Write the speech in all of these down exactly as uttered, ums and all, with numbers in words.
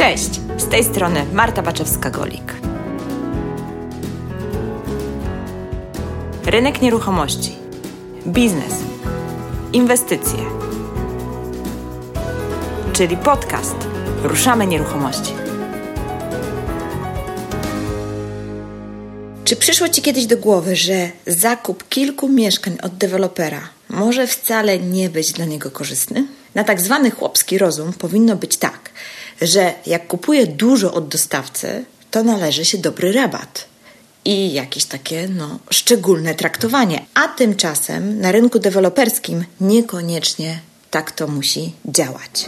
Cześć, z tej strony Marta Baczewska-Golik. Rynek nieruchomości, biznes, inwestycje, czyli podcast Ruszamy Nieruchomości. Czy przyszło Ci kiedyś do głowy, że zakup kilku mieszkań od dewelopera może wcale nie być dla niego korzystny? Na tak zwany chłopski rozum powinno być tak, że jak kupuje dużo od dostawcy, to należy się dobry rabat i jakieś takie no, szczególne traktowanie. A tymczasem na rynku deweloperskim niekoniecznie tak to musi działać.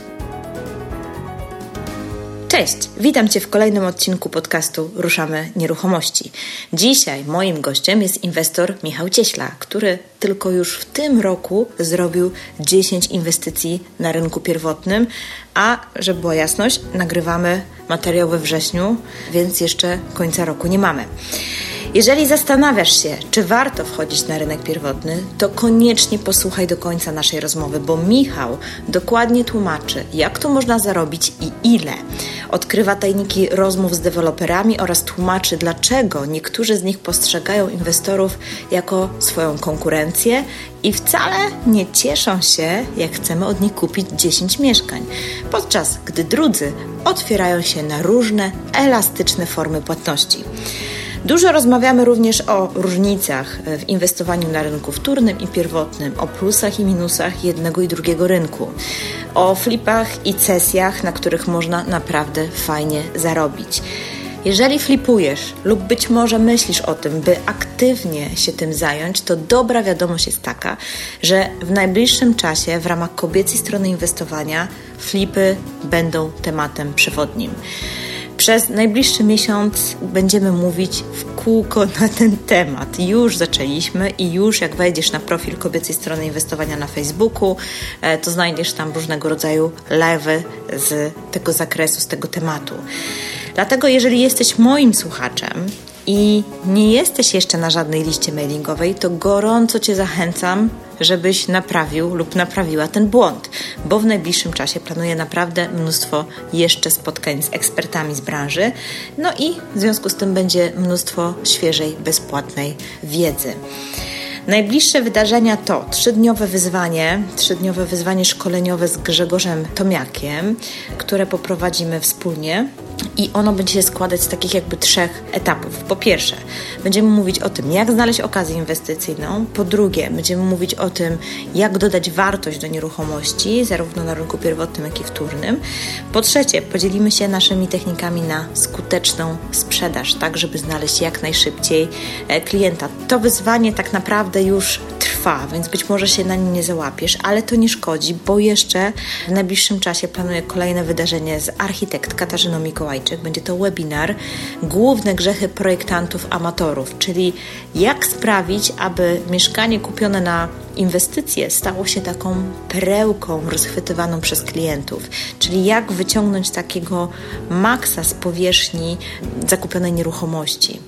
Cześć, witam Cię w kolejnym odcinku podcastu Ruszamy Nieruchomości. Dzisiaj moim gościem jest inwestor Michał Cieśla, który tylko już w tym roku zrobił dziesięć inwestycji na rynku pierwotnym, a żeby była jasność, nagrywamy materiał we wrześniu, więc jeszcze końca roku nie mamy. Jeżeli zastanawiasz się, czy warto wchodzić na rynek pierwotny, to koniecznie posłuchaj do końca naszej rozmowy, bo Michał dokładnie tłumaczy, jak tu można zarobić i ile. Odkrywa tajniki rozmów z deweloperami oraz tłumaczy, dlaczego niektórzy z nich postrzegają inwestorów jako swoją konkurencję i wcale nie cieszą się, jak chcemy od nich kupić dziesięć mieszkań, podczas gdy drudzy otwierają się na różne elastyczne formy płatności. Dużo rozmawiamy również o różnicach w inwestowaniu na rynku wtórnym i pierwotnym, o plusach i minusach jednego i drugiego rynku, o flipach i cesjach, na których można naprawdę fajnie zarobić. Jeżeli flipujesz lub być może myślisz o tym, by aktywnie się tym zająć, to dobra wiadomość jest taka, że w najbliższym czasie w ramach kobiecej strony inwestowania flipy będą tematem przewodnim. Przez najbliższy miesiąc będziemy mówić w kółko na ten temat. Już zaczęliśmy i już jak wejdziesz na profil kobiecej strony inwestowania na Facebooku, to znajdziesz tam różnego rodzaju live'y z tego zakresu, z tego tematu. Dlatego jeżeli jesteś moim słuchaczem i nie jesteś jeszcze na żadnej liście mailingowej, to gorąco Cię zachęcam, żebyś naprawił lub naprawiła ten błąd, bo w najbliższym czasie planuję naprawdę mnóstwo jeszcze spotkań z ekspertami z branży, no i w związku z tym będzie mnóstwo świeżej, bezpłatnej wiedzy. Najbliższe wydarzenia to trzydniowe wyzwanie, trzydniowe wyzwanie szkoleniowe z Grzegorzem Tomiakiem, które poprowadzimy wspólnie. I ono będzie się składać z takich jakby trzech etapów. Po pierwsze, będziemy mówić o tym, jak znaleźć okazję inwestycyjną. Po drugie, będziemy mówić o tym, jak dodać wartość do nieruchomości, zarówno na rynku pierwotnym, jak i wtórnym. Po trzecie, podzielimy się naszymi technikami na skuteczną sprzedaż, tak żeby znaleźć jak najszybciej klienta. To wyzwanie tak naprawdę już trwa, więc być może się na nim nie załapiesz, ale to nie szkodzi, bo jeszcze w najbliższym czasie planuję kolejne wydarzenie z architekt Katarzyną Mikołajczyk. Będzie to webinar Główne grzechy projektantów amatorów, czyli jak sprawić, aby mieszkanie kupione na inwestycje stało się taką perełką rozchwytywaną przez klientów, czyli jak wyciągnąć takiego maksa z powierzchni zakupionej nieruchomości.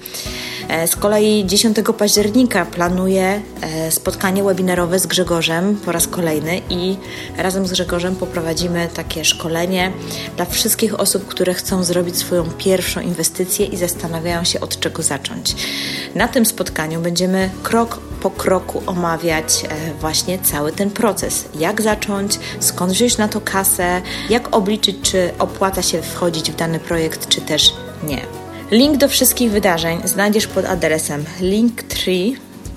Z kolei dziesiątego października planuję spotkanie webinarowe z Grzegorzem po raz kolejny i razem z Grzegorzem poprowadzimy takie szkolenie dla wszystkich osób, które chcą zrobić swoją pierwszą inwestycję i zastanawiają się, od czego zacząć. Na tym spotkaniu będziemy krok po kroku omawiać właśnie cały ten proces. Jak zacząć, skąd wziąć na to kasę, jak obliczyć, czy opłaca się wchodzić w dany projekt, czy też nie. Link do wszystkich wydarzeń znajdziesz pod adresem linktree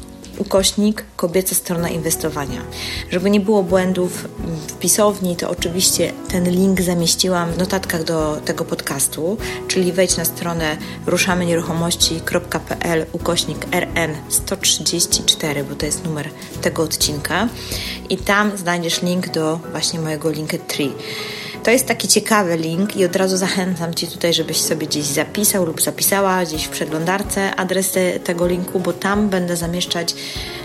ukośnik kobieca strona inwestowania. Żeby nie było błędów w pisowni, to oczywiście ten link zamieściłam w notatkach do tego podcastu, czyli wejdź na stronę ruszamynieruchomości kropka p l ukośnik r n sto trzydzieści cztery, bo to jest numer tego odcinka i tam znajdziesz link do właśnie mojego Linktree. To jest taki ciekawy link i od razu zachęcam Cię tutaj, żebyś sobie gdzieś zapisał lub zapisała gdzieś w przeglądarce adres tego linku, bo tam będę zamieszczać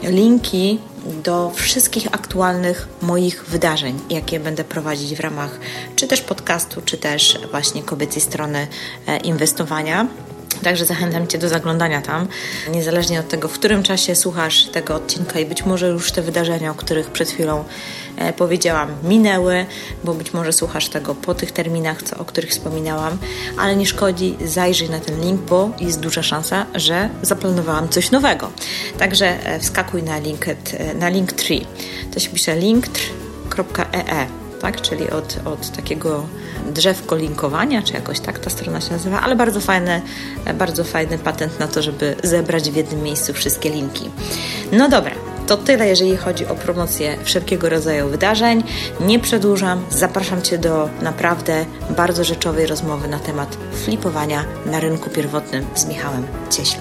linki do wszystkich aktualnych moich wydarzeń, jakie będę prowadzić w ramach czy też podcastu, czy też właśnie kobiecej strony inwestowania. Także zachęcam Cię do zaglądania tam, niezależnie od tego, w którym czasie słuchasz tego odcinka i być może już te wydarzenia, o których przed chwilą e, powiedziałam, minęły, bo być może słuchasz tego po tych terminach, co, o których wspominałam, ale nie szkodzi, zajrzyj na ten link, bo jest duża szansa, że zaplanowałam coś nowego. Także e, wskakuj na, Linked, e, na Linktree. To się pisze linktree kropka e e. Tak, czyli od, od takiego drzewko linkowania, czy jakoś tak ta strona się nazywa, ale bardzo fajny, bardzo fajny patent na to, żeby zebrać w jednym miejscu wszystkie linki. No dobra, to tyle, jeżeli chodzi o promocję wszelkiego rodzaju wydarzeń. Nie przedłużam, zapraszam Cię do naprawdę bardzo rzeczowej rozmowy na temat flipowania na rynku pierwotnym z Michałem Cieślą.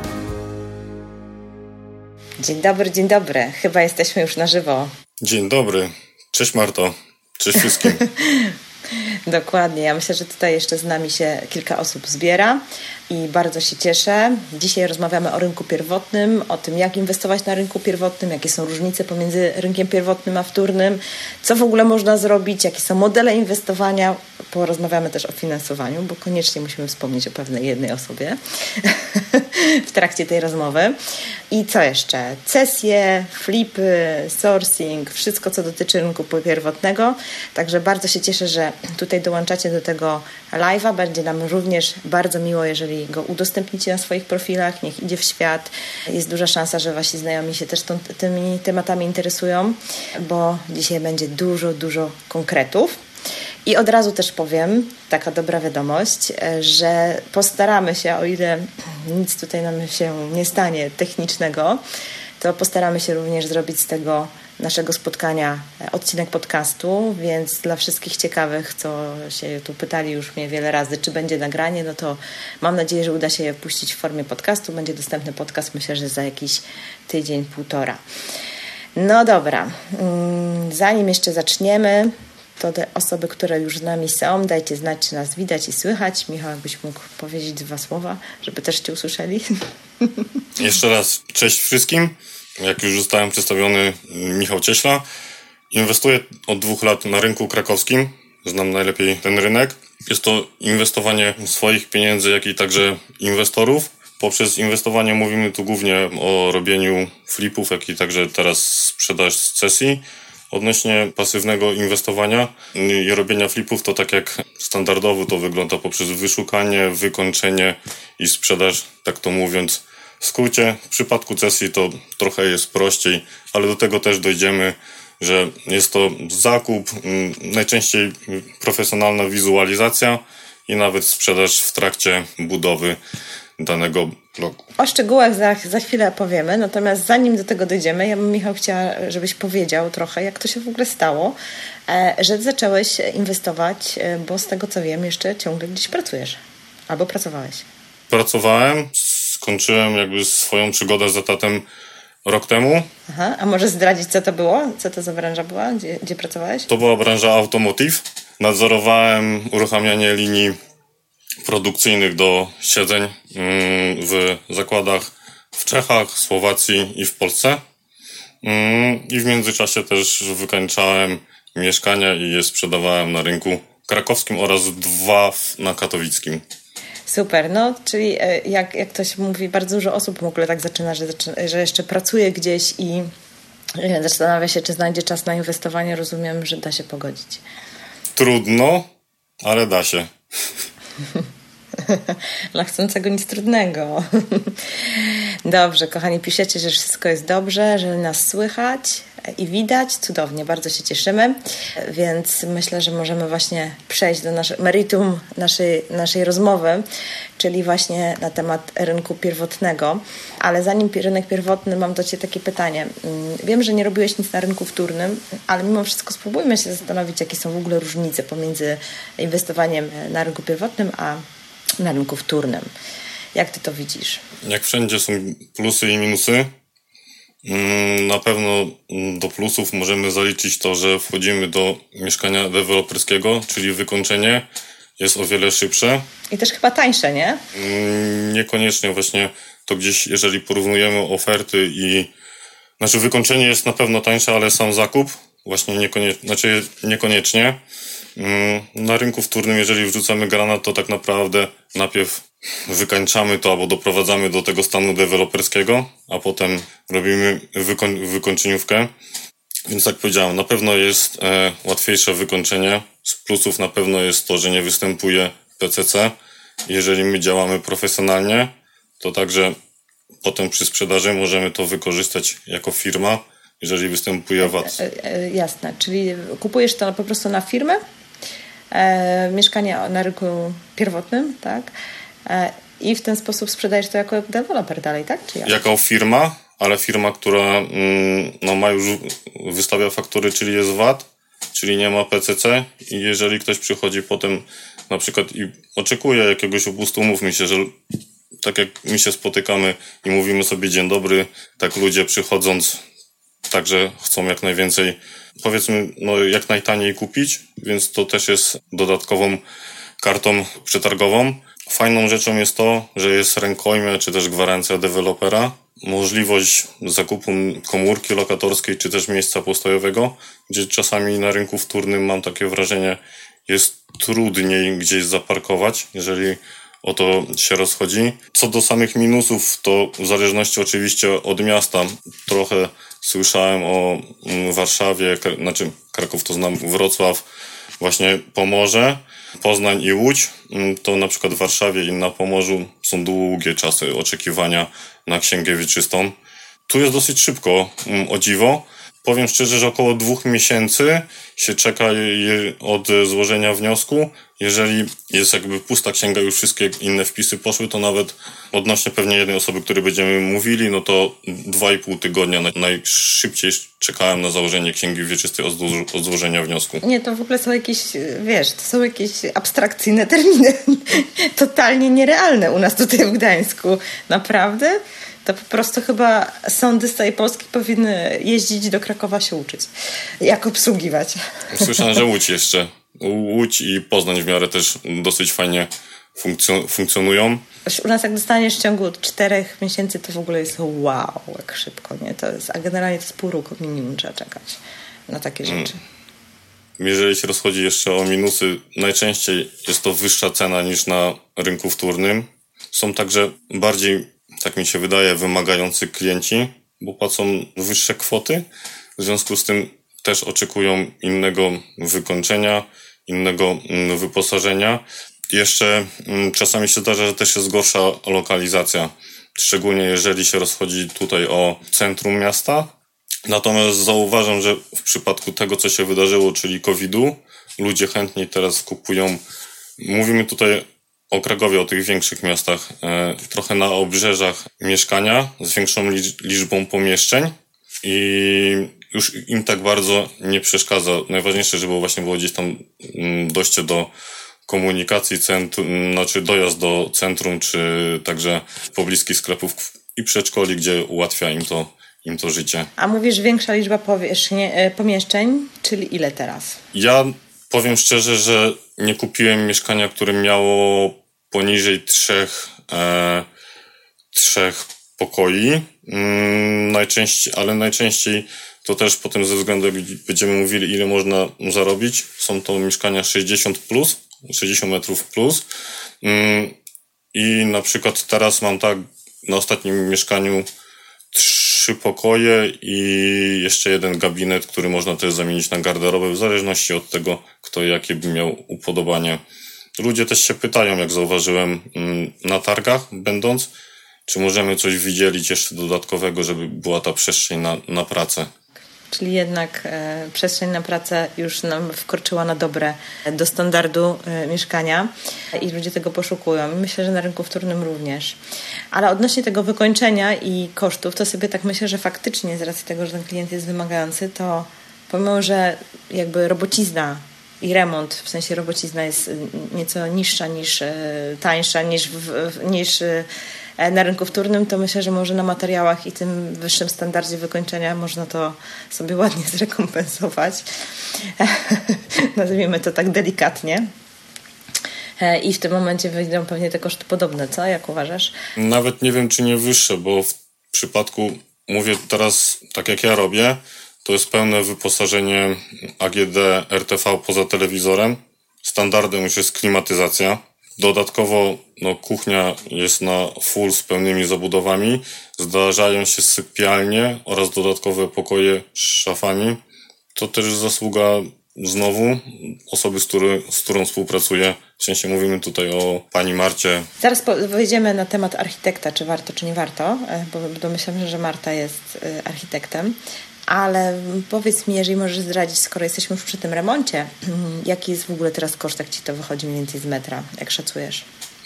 Dzień dobry, dzień dobry. Chyba jesteśmy już na żywo. Dzień dobry. Cześć Marto. Cześć wszystkim. Dokładnie. Ja myślę, że tutaj jeszcze z nami się kilka osób zbiera i bardzo się cieszę. Dzisiaj rozmawiamy o rynku pierwotnym, o tym, jak inwestować na rynku pierwotnym, jakie są różnice pomiędzy rynkiem pierwotnym a wtórnym, co w ogóle można zrobić, jakie są modele inwestowania. Porozmawiamy też o finansowaniu, bo koniecznie musimy wspomnieć o pewnej jednej osobie w trakcie tej rozmowy. I co jeszcze? Cesje, flipy, sourcing, wszystko, co dotyczy rynku pierwotnego. Także bardzo się cieszę, że tutaj dołączacie do tego live'a. Będzie nam również bardzo miło, jeżeli go udostępnicie na swoich profilach, niech idzie w świat. Jest duża szansa, że wasi znajomi się też tą, tymi tematami interesują, bo dzisiaj będzie dużo, dużo konkretów. I od razu też powiem, taka dobra wiadomość, że postaramy się, o ile nic tutaj nam się nie stanie technicznego, to postaramy się również zrobić z tego naszego spotkania odcinek podcastu, więc dla wszystkich ciekawych, co się tu pytali już mnie wiele razy, czy będzie nagranie, no to mam nadzieję, że uda się je puścić w formie podcastu. Będzie dostępny podcast, myślę, że za jakiś tydzień, półtora. No dobra, zanim jeszcze zaczniemy, to te osoby, które już z nami są, dajcie znać, czy nas widać i słychać. Michał, jakbyś mógł powiedzieć dwa słowa, żeby też Cię usłyszeli. Jeszcze raz cześć wszystkim. Jak już zostałem przedstawiony, Michał Cieśla. Inwestuję od dwóch lat na rynku krakowskim. Znam najlepiej ten rynek. Jest to inwestowanie swoich pieniędzy, jak i także inwestorów. Poprzez inwestowanie mówimy tu głównie o robieniu flipów, jak i także teraz sprzedaż z cesji. Odnośnie pasywnego inwestowania i robienia flipów, to tak jak standardowo to wygląda poprzez wyszukanie, wykończenie i sprzedaż, tak to mówiąc. W skrócie, w przypadku cesji to trochę jest prościej, ale do tego też dojdziemy, że jest to zakup, najczęściej profesjonalna wizualizacja i nawet sprzedaż w trakcie budowy danego bloku. O szczegółach za, za chwilę powiemy, natomiast zanim do tego dojdziemy, ja bym, Michał, chciała, żebyś powiedział trochę, jak to się w ogóle stało, że zacząłeś inwestować, bo z tego co wiem, jeszcze ciągle gdzieś pracujesz, albo pracowałeś. Pracowałem, skończyłem jakby swoją przygodę z etatem rok temu. Aha, a może zdradzić, co to było? Co to za branża była? Gdzie, gdzie pracowałeś? To była branża automotive. Nadzorowałem uruchamianie linii produkcyjnych do siedzeń w zakładach w Czechach, Słowacji i w Polsce. I w międzyczasie też wykańczałem mieszkania i je sprzedawałem na rynku krakowskim oraz dwa na katowickim. Super, no czyli jak, jak to się mówi, bardzo dużo osób w ogóle tak zaczyna, że, że jeszcze pracuje gdzieś i zastanawia się, czy znajdzie czas na inwestowanie. Rozumiem, że da się pogodzić. Trudno, ale da się. Dla chcącego nic trudnego. Dobrze, kochani, piszecie, że wszystko jest dobrze, że nas słychać i widać. Cudownie, bardzo się cieszymy. Więc myślę, że możemy właśnie przejść do naszego meritum naszej, naszej rozmowy, czyli właśnie na temat rynku pierwotnego. Ale zanim rynek pierwotny, mam do Ciebie takie pytanie. Wiem, że nie robiłeś nic na rynku wtórnym, ale mimo wszystko spróbujmy się zastanowić, jakie są w ogóle różnice pomiędzy inwestowaniem na rynku pierwotnym a na rynku wtórnym. Jak Ty to widzisz? Jak wszędzie są plusy i minusy. Na pewno do plusów możemy zaliczyć to, że wchodzimy do mieszkania deweloperskiego, czyli wykończenie jest o wiele szybsze. I też chyba tańsze, nie? Niekoniecznie właśnie to gdzieś, jeżeli porównujemy oferty i... Znaczy wykończenie jest na pewno tańsze, ale sam zakup właśnie niekoniecznie, znaczy niekoniecznie. Na rynku wtórnym, jeżeli wrzucamy granat, to tak naprawdę najpierw wykańczamy to albo doprowadzamy do tego stanu deweloperskiego, a potem robimy wykoń- wykończeniówkę. Więc jak powiedziałem, na pewno jest e, łatwiejsze wykończenie. Z plusów na pewno jest to, że nie występuje P C C. Jeżeli my działamy profesjonalnie, to także potem przy sprzedaży możemy to wykorzystać jako firma, jeżeli występuje V A T. E, e, jasne, czyli kupujesz to po prostu na firmę, e, mieszkanie na rynku pierwotnym, tak? E, I w ten sposób sprzedajesz to jako deweloper dalej, tak? Czy jak? Jako firma, ale firma, która mm, no, ma już, wystawia faktury, czyli jest V A T, czyli nie ma P C C i jeżeli ktoś przychodzi potem na przykład i oczekuje jakiegoś opustu, umówmy się, że tak jak my się spotykamy i mówimy sobie dzień dobry, tak ludzie przychodząc także chcą jak najwięcej, powiedzmy, no jak najtaniej kupić, więc to też jest dodatkową kartą przetargową. Fajną rzeczą jest to, że jest rękojmie, czy też gwarancja dewelopera, możliwość zakupu komórki lokatorskiej, czy też miejsca postojowego, gdzie czasami na rynku wtórnym mam takie wrażenie, jest trudniej gdzieś zaparkować, jeżeli o to się rozchodzi. Co do samych minusów, to w zależności oczywiście od miasta, trochę słyszałem o Warszawie, znaczy Kraków to znam, Wrocław, właśnie Pomorze, Poznań i Łódź. To na przykład w Warszawie i na Pomorzu są długie czasy oczekiwania na księgę wieczystą. Tu jest dosyć szybko, o dziwo. Powiem szczerze, że około dwóch miesięcy się czeka od złożenia wniosku. Jeżeli jest jakby pusta księga, już wszystkie inne wpisy poszły, to nawet odnośnie pewnie jednej osoby, której będziemy mówili, no to dwa i pół tygodnia najszybciej czekałem na założenie księgi wieczystej od, od złożenia wniosku. Nie, to w ogóle są jakieś, wiesz, to są jakieś abstrakcyjne terminy. Totalnie nierealne u nas tutaj w Gdańsku. Naprawdę? To po prostu chyba sądy z całej Polski powinny jeździć do Krakowa się uczyć, jak obsługiwać. Słyszałem, że Łódź jeszcze. Łódź i Poznań w miarę też dosyć fajnie funkcjon- funkcjonują. U nas jak dostaniesz w ciągu czterech miesięcy, to w ogóle jest wow, jak szybko, nie? To jest, a generalnie to jest pół roku minimum trzeba czekać na takie rzeczy. Jeżeli się rozchodzi jeszcze o minusy, najczęściej jest to wyższa cena niż na rynku wtórnym. Są także bardziej, tak mi się wydaje, wymagający klienci, bo płacą wyższe kwoty. W związku z tym też oczekują innego wykończenia, innego wyposażenia. Jeszcze czasami się zdarza, że też jest gorsza lokalizacja, szczególnie jeżeli się rozchodzi tutaj o centrum miasta. Natomiast zauważam, że w przypadku tego, co się wydarzyło, czyli kowida, ludzie chętniej teraz kupują, mówimy tutaj o Krakowie, o tych większych miastach, e, trochę na obrzeżach mieszkania z większą liczbą pomieszczeń i już im tak bardzo nie przeszkadza. Najważniejsze, żeby właśnie było gdzieś tam dojście do komunikacji, centrum, znaczy dojazd do centrum, czy także pobliskich sklepów i przedszkoli, gdzie ułatwia im to, im to życie. A mówisz większa liczba powierzchni, pomieszczeń, czyli ile teraz? Ja powiem szczerze, że nie kupiłem mieszkania, które miało poniżej trzech, e, trzech pokoi. Mm, najczęściej, ale najczęściej to też potem ze względu, jak będziemy mówili, ile można zarobić, są to mieszkania sześćdziesiąt plus, sześćdziesiąt metrów plus. Mm, I na przykład teraz mam tak, na ostatnim mieszkaniu trzy pokoje i jeszcze jeden gabinet, który można też zamienić na garderobę, w zależności od tego, kto jakie by miał upodobanie. Ludzie też się pytają, jak zauważyłem na targach będąc, czy możemy coś wydzielić jeszcze dodatkowego, żeby była ta przestrzeń na, na pracę. Czyli jednak e, przestrzeń na pracę już nam wkroczyła na dobre do standardu e, mieszkania i ludzie tego poszukują. Myślę, że na rynku wtórnym również. Ale odnośnie tego wykończenia i kosztów, to sobie tak myślę, że faktycznie z racji tego, że ten klient jest wymagający, to pomimo, że jakby robocizna i remont, w sensie robocizna jest nieco niższa niż e, tańsza niż, w, niż e, na rynku wtórnym, to myślę, że może na materiałach i tym wyższym standardzie wykończenia można to sobie ładnie zrekompensować. Nazwijmy to tak delikatnie. I w tym momencie wyjdą pewnie te koszty podobne, co? Jak uważasz? Nawet nie wiem, czy nie wyższe, bo w przypadku, mówię teraz tak jak ja robię, to jest pełne wyposażenie A G D, R T V poza telewizorem. Standardem już jest klimatyzacja. Dodatkowo no, kuchnia jest na full z pełnymi zabudowami. Zdarzają się sypialnie oraz dodatkowe pokoje z szafami. To też zasługa znowu osoby, z, który, z którą współpracuję. W sensie mówimy tutaj o pani Marcie. Zaraz wejdziemy na temat architekta, czy warto, czy nie warto, bo domyślam, że Marta jest architektem. Ale powiedz mi, jeżeli możesz zdradzić, skoro jesteśmy już przy tym remoncie, jaki jest w ogóle teraz koszt, jak ci to wychodzi mniej więcej z metra, jak szacujesz?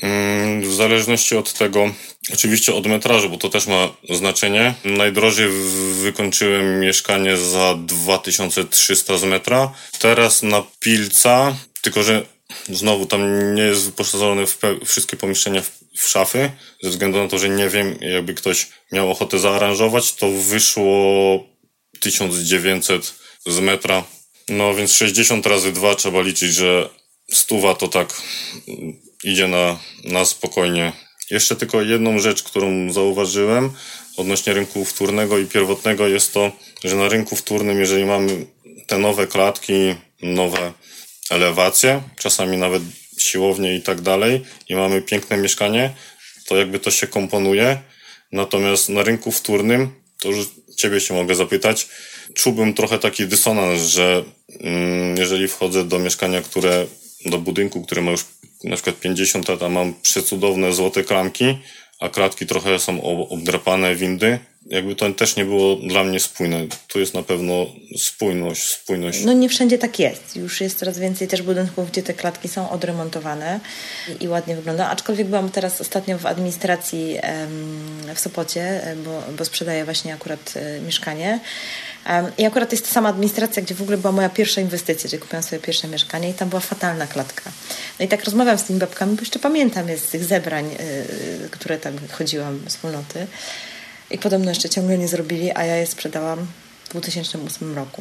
W zależności od tego, oczywiście od metrażu, bo to też ma znaczenie. Najdrożej wykończyłem mieszkanie za dwa tysiące trzysta z metra. Teraz na Pilca, tylko że znowu tam nie jest wyposażone w pe- wszystkie pomieszczenia w, w szafy, ze względu na to, że nie wiem, jakby ktoś miał ochotę zaaranżować, to wyszło tysiąc dziewięćset z metra. No więc sześćdziesiąt razy dwa trzeba liczyć, że stuwa to tak idzie na, na spokojnie. Jeszcze tylko jedną rzecz, którą zauważyłem odnośnie rynku wtórnego i pierwotnego jest to, że na rynku wtórnym, jeżeli mamy te nowe klatki, nowe elewacje, czasami nawet siłownie i tak dalej i mamy piękne mieszkanie, to jakby to się komponuje. Natomiast na rynku wtórnym, to już ciebie się mogę zapytać, czułbym trochę taki dysonans, że mm, jeżeli wchodzę do mieszkania, które, do budynku, który ma już na przykład pięćdziesiąt lat, a mam przecudowne złote klamki, a klatki trochę są obdrapane, windy, jakby to też nie było dla mnie spójne. Tu jest na pewno spójność, spójność. No nie wszędzie tak jest. Już jest coraz więcej też budynków, gdzie te klatki są odremontowane i, i ładnie wygląda. Aczkolwiek byłam teraz ostatnio w administracji em, w Sopocie, bo, bo sprzedaję właśnie akurat e, mieszkanie. Um, I akurat to jest ta sama administracja, gdzie w ogóle była moja pierwsza inwestycja, gdzie kupiłam sobie pierwsze mieszkanie i tam była fatalna klatka. No i tak rozmawiam z tymi babkami, bo jeszcze pamiętam jest z tych zebrań, yy, które tam chodziłam, wspólnoty. I podobno jeszcze ciągle nie zrobili, a ja je sprzedałam w dwa tysiące ósmym roku.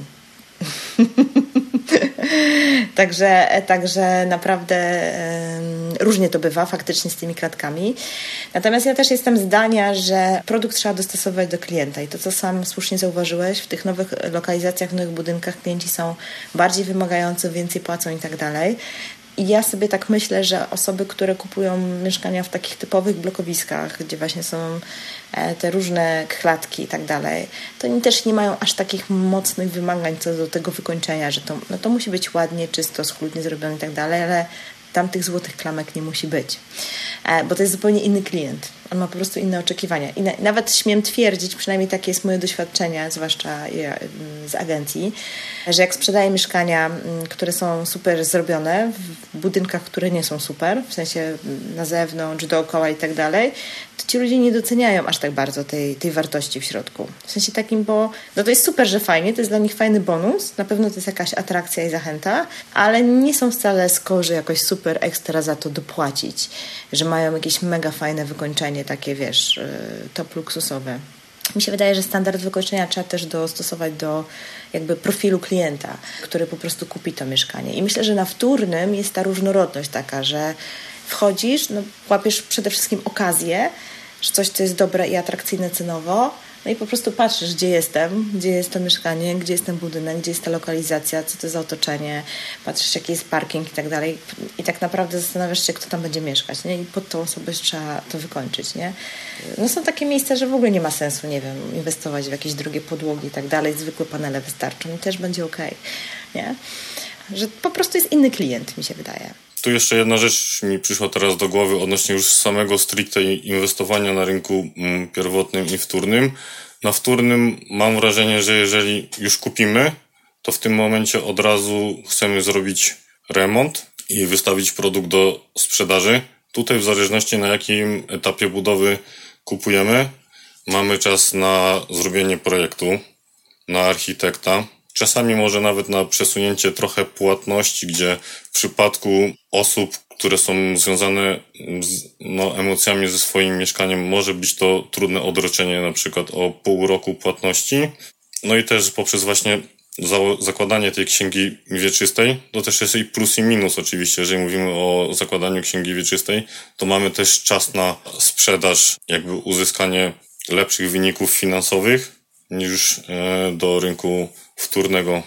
Także, także naprawdę um, różnie to bywa faktycznie z tymi klatkami. Natomiast ja też jestem zdania, że produkt trzeba dostosować do klienta i to, co sam słusznie zauważyłeś, w tych nowych lokalizacjach, w nowych budynkach klienci są bardziej wymagający, więcej płacą i tak dalej. I ja sobie tak myślę, że osoby, które kupują mieszkania w takich typowych blokowiskach, gdzie właśnie są te różne klatki i tak dalej, to oni też nie mają aż takich mocnych wymagań co do tego wykończenia, że to, no to musi być ładnie, czysto, schludnie zrobione i tak dalej, ale tam tych złotych klamek nie musi być. Bo to jest zupełnie inny klient. On ma po prostu inne oczekiwania. I na, nawet śmiem twierdzić, przynajmniej takie jest moje doświadczenie, zwłaszcza ja, z agencji, że jak sprzedaję mieszkania, które są super zrobione, w budynkach, które nie są super, w sensie na zewnątrz, dookoła i tak dalej, to ci ludzie nie doceniają aż tak bardzo tej, tej wartości w środku. W sensie takim, bo no to jest super, że fajnie, to jest dla nich fajny bonus, na pewno to jest jakaś atrakcja i zachęta, ale nie są wcale skorzy jakoś super ekstra za to dopłacić, że mają jakieś mega fajne wykończenie, takie wiesz, top luksusowe. Mi się wydaje, że standard wykończenia trzeba też dostosować do jakby profilu klienta, który po prostu kupi to mieszkanie. I myślę, że na wtórnym jest ta różnorodność taka, że wchodzisz, no, łapiesz przede wszystkim okazję, że coś, co jest dobre i atrakcyjne cenowo, no i po prostu patrzysz, gdzie jestem, gdzie jest to mieszkanie, gdzie jest ten budynek, gdzie jest ta lokalizacja, co to za otoczenie, patrzysz, jaki jest parking i tak dalej. I tak naprawdę zastanawiasz się, kto tam będzie mieszkać, nie? I pod tą osobę trzeba to wykończyć, nie? No są takie miejsca, że w ogóle nie ma sensu, nie wiem, inwestować w jakieś drugie podłogi i tak dalej, zwykłe panele wystarczą i też będzie okej, nie? Że po prostu jest inny klient, mi się wydaje. Tu jeszcze jedna rzecz mi przyszła teraz do głowy odnośnie już samego stricte inwestowania na rynku pierwotnym i wtórnym. Na wtórnym mam wrażenie, że jeżeli już kupimy, to w tym momencie od razu chcemy zrobić remont i wystawić produkt do sprzedaży. Tutaj w zależności na jakim etapie budowy kupujemy, mamy czas na zrobienie projektu, na architekta. Czasami może nawet na przesunięcie trochę płatności, gdzie w przypadku osób, które są związane z no, emocjami ze swoim mieszkaniem, może być to trudne odroczenie na przykład o pół roku płatności. No i też poprzez właśnie za- zakładanie tej księgi wieczystej, to też jest i plus i minus oczywiście, jeżeli mówimy o zakładaniu księgi wieczystej, to mamy też czas na sprzedaż, jakby uzyskanie lepszych wyników finansowych niż e, do rynku wtórnego.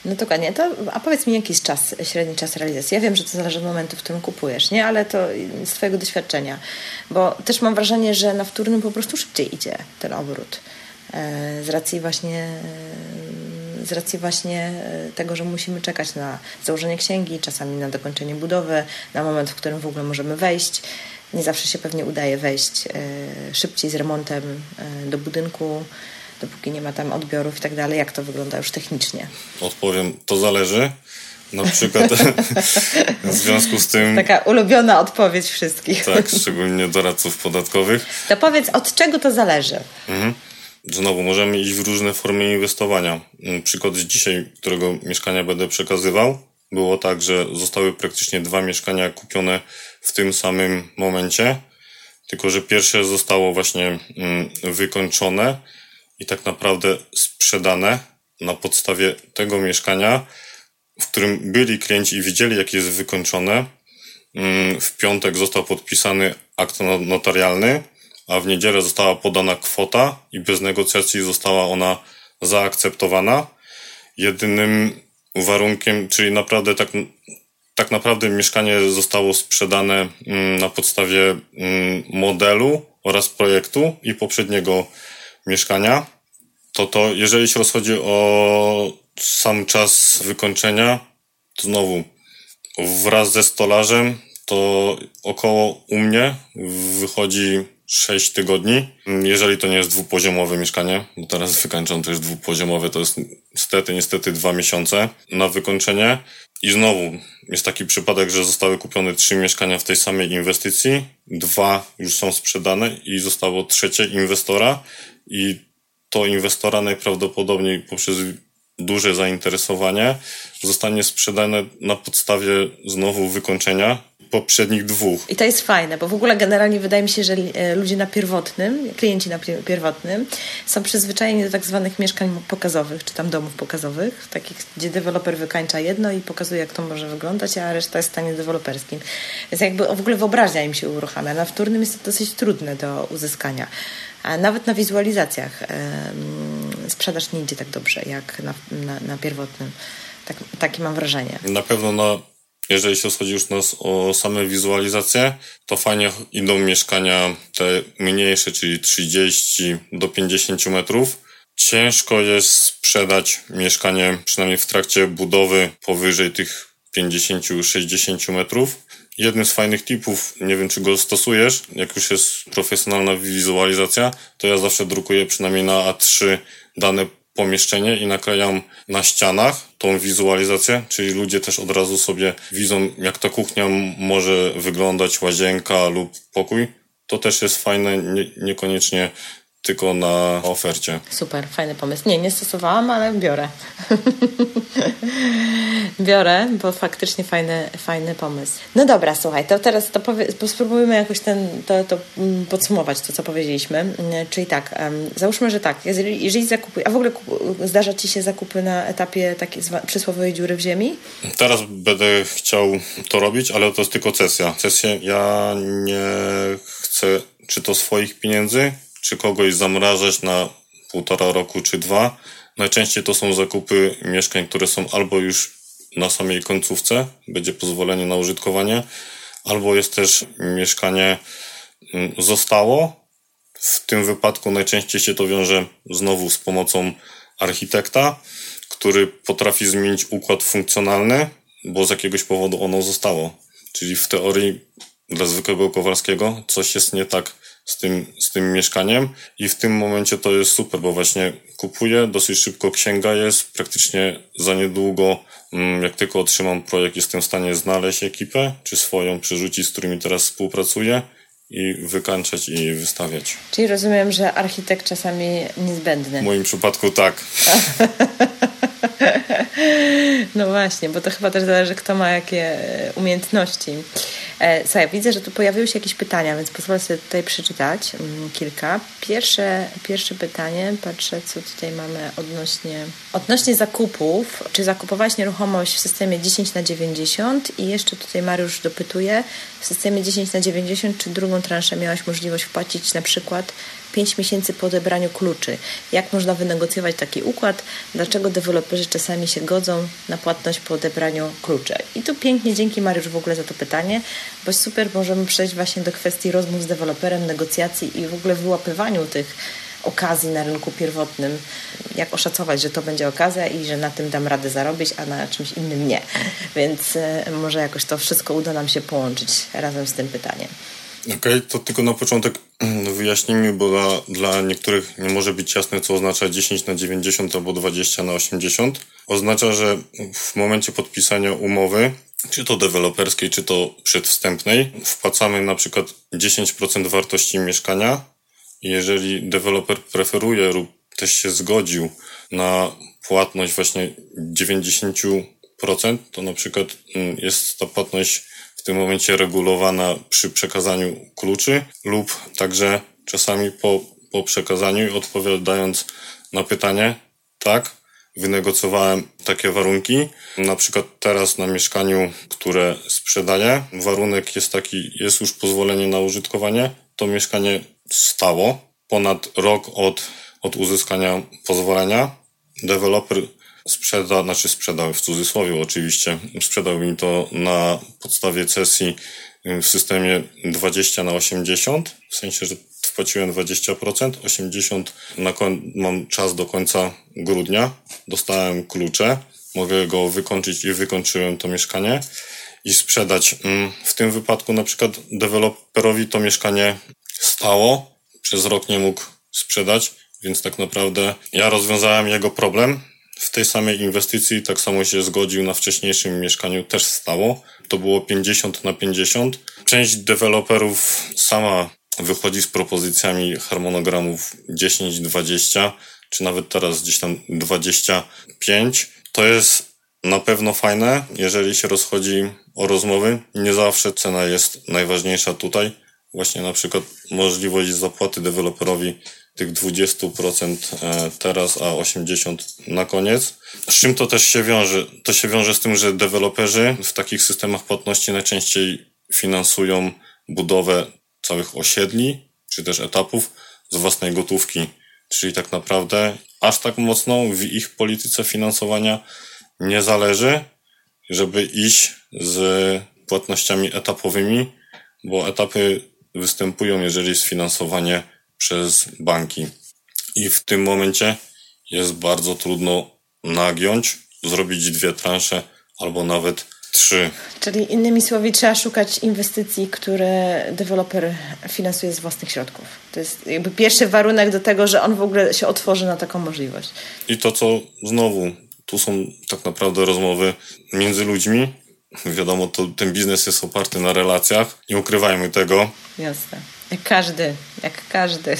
No dokładnie. To, a powiedz mi, jaki jest czas, średni czas realizacji? Ja wiem, że to zależy od momentu, w którym kupujesz, nie? Ale to z twojego doświadczenia. Bo też mam wrażenie, że na wtórnym po prostu szybciej idzie ten obrót. Z racji właśnie z racji właśnie tego, że musimy czekać na założenie księgi, czasami na dokończenie budowy, na moment, w którym w ogóle możemy wejść. Nie zawsze się pewnie udaje wejść szybciej z remontem do budynku, dopóki nie ma tam odbiorów i tak dalej. Jak to wygląda już technicznie? Odpowiem, to zależy. Na przykład w związku z tym... Taka ulubiona odpowiedź wszystkich. Tak, szczególnie doradców podatkowych. To powiedz, od czego to zależy? Mhm. Znowu, możemy iść w różne formy inwestowania. Przykład z dzisiaj, którego mieszkania będę przekazywał, było tak, że zostały praktycznie dwa mieszkania kupione w tym samym momencie, tylko że pierwsze zostało właśnie wykończone i tak naprawdę sprzedane na podstawie tego mieszkania, w którym byli klienci i widzieli, jak jest wykończone. W piątek został podpisany akt notarialny, a w niedzielę została podana kwota i bez negocjacji została ona zaakceptowana. Jedynym warunkiem, czyli naprawdę tak, tak naprawdę mieszkanie zostało sprzedane na podstawie modelu oraz projektu i poprzedniego mieszkania. To to, jeżeli się rozchodzi o sam czas wykończenia, to znowu wraz ze stolarzem to około u mnie wychodzi sześć tygodni. Jeżeli to nie jest dwupoziomowe mieszkanie, bo teraz wykończam to jest dwupoziomowe, to jest niestety, niestety dwa miesiące na wykończenie. I znowu jest taki przypadek, że zostały kupione trzy mieszkania w tej samej inwestycji, dwa już są sprzedane i zostało trzecie inwestora i to inwestora najprawdopodobniej poprzez duże zainteresowanie zostanie sprzedane na podstawie znowu wykończenia poprzednich dwóch. I to jest fajne, bo w ogóle generalnie wydaje mi się, że ludzie na pierwotnym, klienci na pierwotnym są przyzwyczajeni do tak zwanych mieszkań pokazowych, czy tam domów pokazowych, takich, gdzie deweloper wykańcza jedno i pokazuje, jak to może wyglądać, a reszta jest w stanie deweloperskim. Więc jakby w ogóle wyobraźnia im się uruchamia. Na wtórnym jest to dosyć trudne do uzyskania. A nawet na wizualizacjach yy, sprzedaż nie idzie tak dobrze, jak na, na, na pierwotnym. Tak, takie mam wrażenie. Na pewno na Jeżeli się chodzi już nas o same wizualizacje, to fajnie idą mieszkania te mniejsze, czyli trzydzieści do pięćdziesięciu metrów. Ciężko jest sprzedać mieszkanie, przynajmniej w trakcie budowy, powyżej tych pięćdziesięciu do sześćdziesięciu metrów. Jednym z fajnych tipów, nie wiem czy go stosujesz, jak już jest profesjonalna wizualizacja, to ja zawsze drukuję przynajmniej na A trzy dane pomieszczenie i naklejam na ścianach tą wizualizację, czyli ludzie też od razu sobie widzą, jak ta kuchnia może wyglądać, łazienka lub pokój. To też jest fajne, nie, niekoniecznie tylko na ofercie. Super, fajny pomysł. Nie, nie stosowałam, ale biorę. biorę, bo faktycznie fajny, fajny pomysł. No dobra, słuchaj, to teraz to powie, spróbujmy jakoś ten, to, to podsumować to, co powiedzieliśmy. Czyli tak, um, załóżmy, że tak, jeżeli, jeżeli zakupuj, a w ogóle kup, zdarza Ci się zakupy na etapie takiej zwa, przysłowiowej dziury w ziemi? Teraz będę chciał to robić, ale to jest tylko cesja. Cesję ja nie chcę, czy to swoich pieniędzy, czy kogoś zamrażać na półtora roku, czy dwa. Najczęściej to są zakupy mieszkań, które są albo już na samej końcówce, będzie pozwolenie na użytkowanie, albo jest też mieszkanie zostało. W tym wypadku najczęściej się to wiąże znowu z pomocą architekta, który potrafi zmienić układ funkcjonalny, bo z jakiegoś powodu ono zostało. Czyli w teorii dla zwykłego Kowalskiego coś jest nie tak z tym, z tym mieszkaniem i w tym momencie to jest super, bo właśnie kupuję, dosyć szybko księga jest, praktycznie za niedługo, jak tylko otrzymam projekt, jestem w stanie znaleźć ekipę, czy swoją przerzucić, z którymi teraz współpracuję i wykańczać i wystawiać. Czyli rozumiem, że architekt czasami niezbędny. W moim przypadku tak. No właśnie, bo to chyba też zależy, kto ma jakie umiejętności. E, słuchaj, widzę, że tu pojawiły się jakieś pytania, więc pozwolę sobie tutaj przeczytać um, kilka. Pierwsze, pierwsze pytanie, patrzę, co tutaj mamy odnośnie, odnośnie zakupów. Czy zakupowałeś nieruchomość w systemie dziesięć na dziewięćdziesiąt? I jeszcze tutaj Mariusz dopytuje, w systemie dziesięć na dziewięćdziesiąt, czy drugą transzę miałaś możliwość wpłacić na przykład pięć miesięcy po odebraniu kluczy. Jak można wynegocjować taki układ? Dlaczego deweloperzy czasami się godzą na płatność po odebraniu kluczy? I tu pięknie, dzięki Mariusz w ogóle za to pytanie, bo super możemy przejść właśnie do kwestii rozmów z deweloperem, negocjacji i w ogóle wyłapywaniu tych okazji na rynku pierwotnym. Jak oszacować, że to będzie okazja i że na tym dam radę zarobić, a na czymś innym nie. Więc y, może jakoś to wszystko uda nam się połączyć razem z tym pytaniem. Okej, okay, to tylko na początek wyjaśnijmy, bo dla, dla niektórych nie może być jasne, co oznacza dziesięć na dziewięćdziesiąt albo dwadzieścia na osiemdziesiąt. Oznacza, że w momencie podpisania umowy, czy to deweloperskiej, czy to przedwstępnej, wpłacamy na przykład dziesięć procent wartości mieszkania. Jeżeli deweloper preferuje lub też się zgodził na płatność właśnie dziewięćdziesiąt procent, to na przykład jest ta płatność w tym momencie regulowana przy przekazaniu kluczy lub także czasami po, po przekazaniu i odpowiadając na pytanie, tak, wynegocjowałem takie warunki. Na przykład teraz na mieszkaniu, które sprzedaję, warunek jest taki, jest już pozwolenie na użytkowanie, to mieszkanie stało ponad rok od, od uzyskania pozwolenia. Deweloper sprzeda, znaczy sprzedał w cudzysłowie oczywiście, sprzedał mi to na podstawie cesji w systemie dwadzieścia na osiemdziesiąt, w sensie, że wpłaciłem dwadzieścia procent, osiemdziesiąt na koń, mam czas do końca grudnia, dostałem klucze, mogę go wykończyć i wykończyłem to mieszkanie i sprzedać. W tym wypadku na przykład deweloperowi to mieszkanie stało, przez rok nie mógł sprzedać, więc tak naprawdę ja rozwiązałem jego problem. W tej samej inwestycji tak samo się zgodził na wcześniejszym mieszkaniu, też stało. To było pięćdziesiąt na pięćdziesiąt. Część deweloperów sama wychodzi z propozycjami harmonogramów dziesięć dwadzieścia, czy nawet teraz gdzieś tam dwadzieścia pięć. To jest na pewno fajne, jeżeli się rozchodzi o rozmowy. Nie zawsze cena jest najważniejsza tutaj. Właśnie na przykład możliwość zapłaty deweloperowi tych dwadzieścia procent teraz, a osiemdziesiąt procent na koniec. Z czym to też się wiąże? To się wiąże z tym, że deweloperzy w takich systemach płatności najczęściej finansują budowę całych osiedli, czy też etapów z własnej gotówki. Czyli tak naprawdę aż tak mocno w ich polityce finansowania nie zależy, żeby iść z płatnościami etapowymi, bo etapy występują, jeżeli jest finansowanie przez banki. I w tym momencie jest bardzo trudno nagiąć, zrobić dwie transze albo nawet trzy. Czyli innymi słowy trzeba szukać inwestycji, które deweloper finansuje z własnych środków. To jest jakby pierwszy warunek do tego, że on w ogóle się otworzy na taką możliwość. I to, co znowu, tu są tak naprawdę rozmowy między ludźmi. Wiadomo, to ten biznes jest oparty na relacjach. Nie ukrywajmy tego. Jasne. Jak każdy. Jak każdy.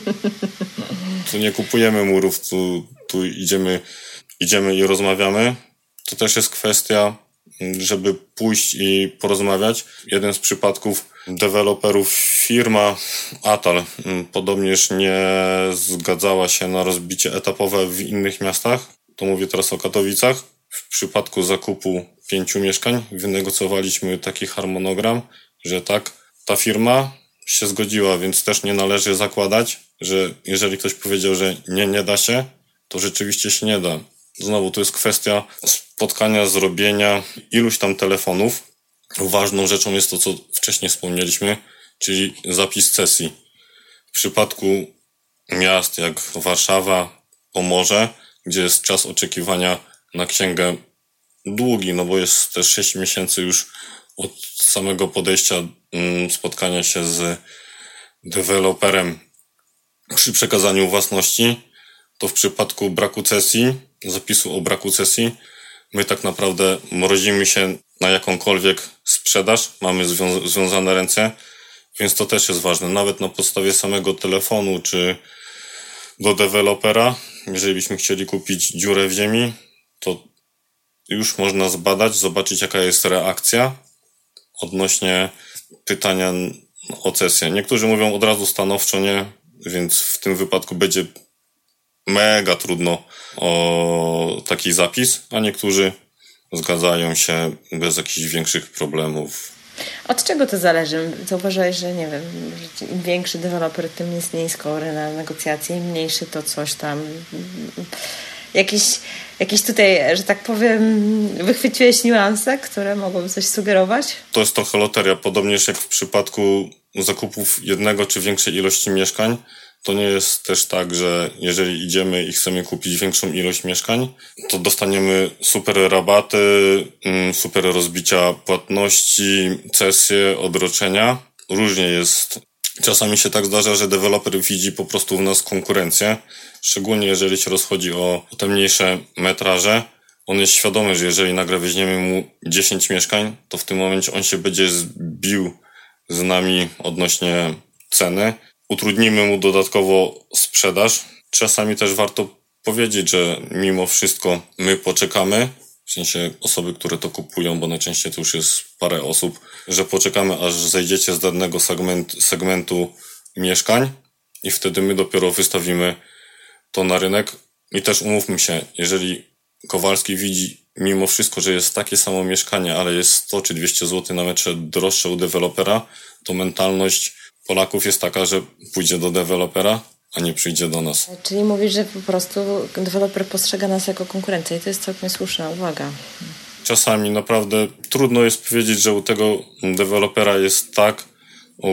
Tu nie kupujemy murów, tu, tu idziemy, idziemy i rozmawiamy. To też jest kwestia, żeby pójść i porozmawiać. Jeden z przypadków deweloperów, firma Atal podobnież nie zgadzała się na rozbicie etapowe w innych miastach. To mówię teraz o Katowicach. W przypadku zakupu pięciu mieszkań wynegocjowaliśmy taki harmonogram, że tak, ta firma się zgodziła, więc też nie należy zakładać, że jeżeli ktoś powiedział, że nie, nie da się, to rzeczywiście się nie da. Znowu, to jest kwestia spotkania, zrobienia iluś tam telefonów. Ważną rzeczą jest to, co wcześniej wspomnieliśmy, czyli zapis sesji. W przypadku miast jak Warszawa, Pomorze, gdzie jest czas oczekiwania na księgę długi, no bo jest też sześć miesięcy już od samego podejścia spotkania się z deweloperem przy przekazaniu własności, to w przypadku braku cesji, zapisu o braku cesji, my tak naprawdę mrozimy się na jakąkolwiek sprzedaż, mamy zwią- związane ręce, więc to też jest ważne. Nawet na podstawie samego telefonu, czy do dewelopera, jeżeli byśmy chcieli kupić dziurę w ziemi, to już można zbadać, zobaczyć jaka jest reakcja odnośnie pytania o cesję. Niektórzy mówią od razu stanowczo nie, więc w tym wypadku będzie mega trudno o taki zapis, a niektórzy zgadzają się bez jakichś większych problemów. Od czego to zależy? Zauważyłeś, że nie wiem, że im większy deweloper, tym jest mniej skory na negocjacje, im mniejszy to coś tam. Jakiś, jakiś tutaj, że tak powiem, wychwyciłeś niuanse, które mogą coś sugerować? To jest trochę loteria, podobnież jak w przypadku zakupów jednego czy większej ilości mieszkań. To nie jest też tak, że jeżeli idziemy i chcemy kupić większą ilość mieszkań, to dostaniemy super rabaty, super rozbicia płatności, cesje, odroczenia. Różnie jest. Czasami się tak zdarza, że deweloper widzi po prostu w nas konkurencję, szczególnie jeżeli się rozchodzi o te mniejsze metraże. On jest świadomy, że jeżeli nagle weźmiemy mu dziesięć mieszkań, to w tym momencie on się będzie zbił z nami odnośnie ceny. Utrudnimy mu dodatkowo sprzedaż. Czasami też warto powiedzieć, że mimo wszystko my poczekamy, w sensie osoby, które to kupują, bo najczęściej to już jest parę osób, że poczekamy, aż zejdziecie z danego segment, segmentu mieszkań i wtedy my dopiero wystawimy to na rynek. I też umówmy się, jeżeli Kowalski widzi mimo wszystko, że jest takie samo mieszkanie, ale jest sto czy dwieście złotych na metrze droższe u dewelopera, to mentalność Polaków jest taka, że pójdzie do dewelopera, a nie przyjdzie do nas. Czyli mówisz, że po prostu deweloper postrzega nas jako konkurencję i to jest całkiem słuszna uwaga. Czasami naprawdę trudno jest powiedzieć, że u tego dewelopera jest tak, u,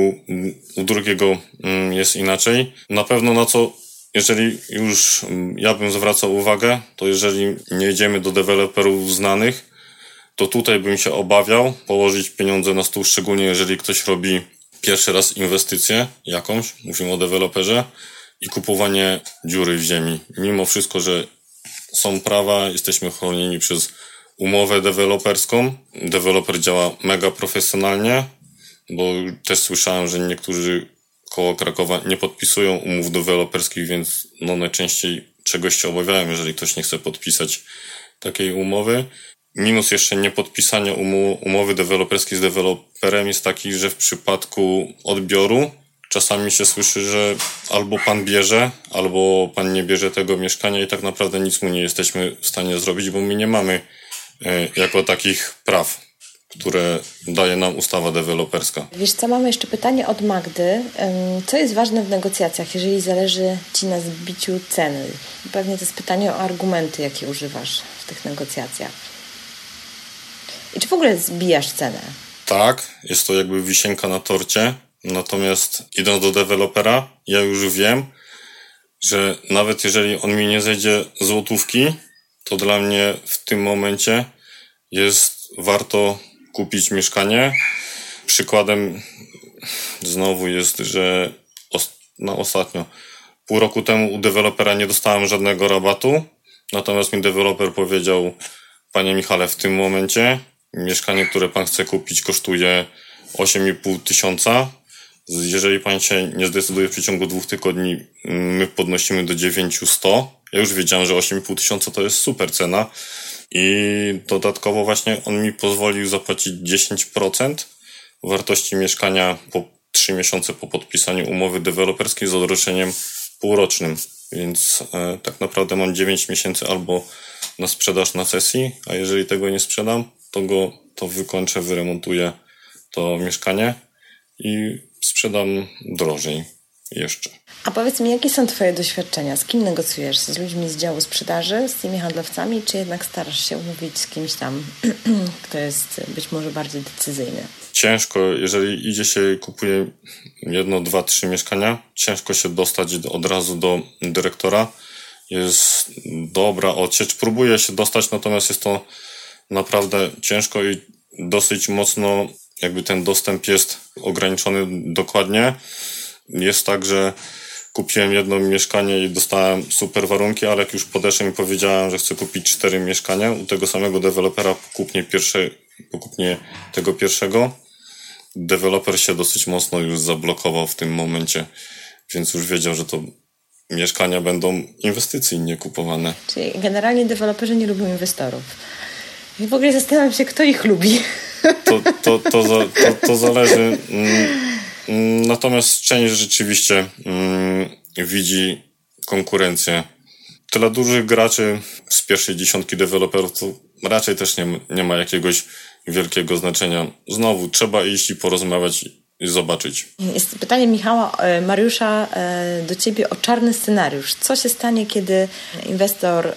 u drugiego jest inaczej. Na pewno na co, jeżeli już ja bym zwracał uwagę, to jeżeli nie idziemy do deweloperów znanych, to tutaj bym się obawiał położyć pieniądze na stół, szczególnie jeżeli ktoś robi pierwszy raz inwestycję jakąś, mówimy o deweloperze, i kupowanie dziury w ziemi. Mimo wszystko, że są prawa, jesteśmy chronieni przez umowę deweloperską. Deweloper działa mega profesjonalnie, bo też słyszałem, że niektórzy koło Krakowa nie podpisują umów deweloperskich, więc no najczęściej czegoś się obawiają, jeżeli ktoś nie chce podpisać takiej umowy. Minus jeszcze niepodpisania umowy deweloperskiej z deweloperem jest taki, że w przypadku odbioru czasami się słyszy, że albo pan bierze, albo pan nie bierze tego mieszkania i tak naprawdę nic mu nie jesteśmy w stanie zrobić, bo my nie mamy e, jako takich praw, które daje nam ustawa deweloperska. Wiesz co, mamy jeszcze pytanie od Magdy. Co jest ważne w negocjacjach, jeżeli zależy Ci na zbiciu ceny? Pewnie to jest pytanie o argumenty, jakie używasz w tych negocjacjach. I czy w ogóle zbijasz cenę? Tak, jest to jakby wisienka na torcie. Natomiast idąc do dewelopera, ja już wiem, że nawet jeżeli on mi nie zejdzie złotówki, to dla mnie w tym momencie jest warto kupić mieszkanie. Przykładem znowu jest, że os- no ostatnio, pół roku temu u dewelopera nie dostałem żadnego rabatu, natomiast mi deweloper powiedział: panie Michale, w tym momencie mieszkanie, które pan chce kupić, kosztuje osiem i pół tysiąca. Jeżeli pan się nie zdecyduje w przeciągu dwóch tygodni, my podnosimy do dziewięćset. Ja już wiedziałem, że osiem i pół tysiąca to jest super cena. I dodatkowo właśnie on mi pozwolił zapłacić dziesięć procent wartości mieszkania po trzy miesiące po podpisaniu umowy deweloperskiej z odroczeniem półrocznym. Więc e, tak naprawdę mam dziewięć miesięcy albo na sprzedaż na sesji, a jeżeli tego nie sprzedam, to go to wykończę, wyremontuję to mieszkanie i sprzedam drożej jeszcze. A powiedz mi, jakie są Twoje doświadczenia? Z kim negocjujesz? Z ludźmi z działu sprzedaży, z tymi handlowcami, czy jednak starasz się umówić z kimś tam, kto jest być może bardziej decyzyjny? Ciężko, jeżeli idzie się i kupuje jedno, dwa, trzy mieszkania, ciężko się dostać od razu do dyrektora. Jest dobra odsiecz. Próbuję się dostać, natomiast jest to naprawdę ciężko i dosyć mocno jakby ten dostęp jest ograniczony dokładnie. Jest tak, że kupiłem jedno mieszkanie i dostałem super warunki, ale jak już podeszłem i powiedziałem, że chcę kupić cztery mieszkania u tego samego dewelopera po kupnie, pierwsze, po kupnie tego pierwszego, deweloper się dosyć mocno już zablokował w tym momencie, więc już wiedział, że to mieszkania będą inwestycyjnie kupowane. Czyli generalnie deweloperzy nie lubią inwestorów. I w ogóle zastanawiam się, kto ich lubi. To, to, to, za, to, to zależy. Natomiast część rzeczywiście mm, widzi konkurencję. Tyle dużych graczy z pierwszej dziesiątki deweloperów to raczej też nie, nie ma jakiegoś wielkiego znaczenia. Znowu trzeba iść i porozmawiać i zobaczyć. Jest pytanie Michała, Mariusza do Ciebie o czarny scenariusz. Co się stanie, kiedy inwestor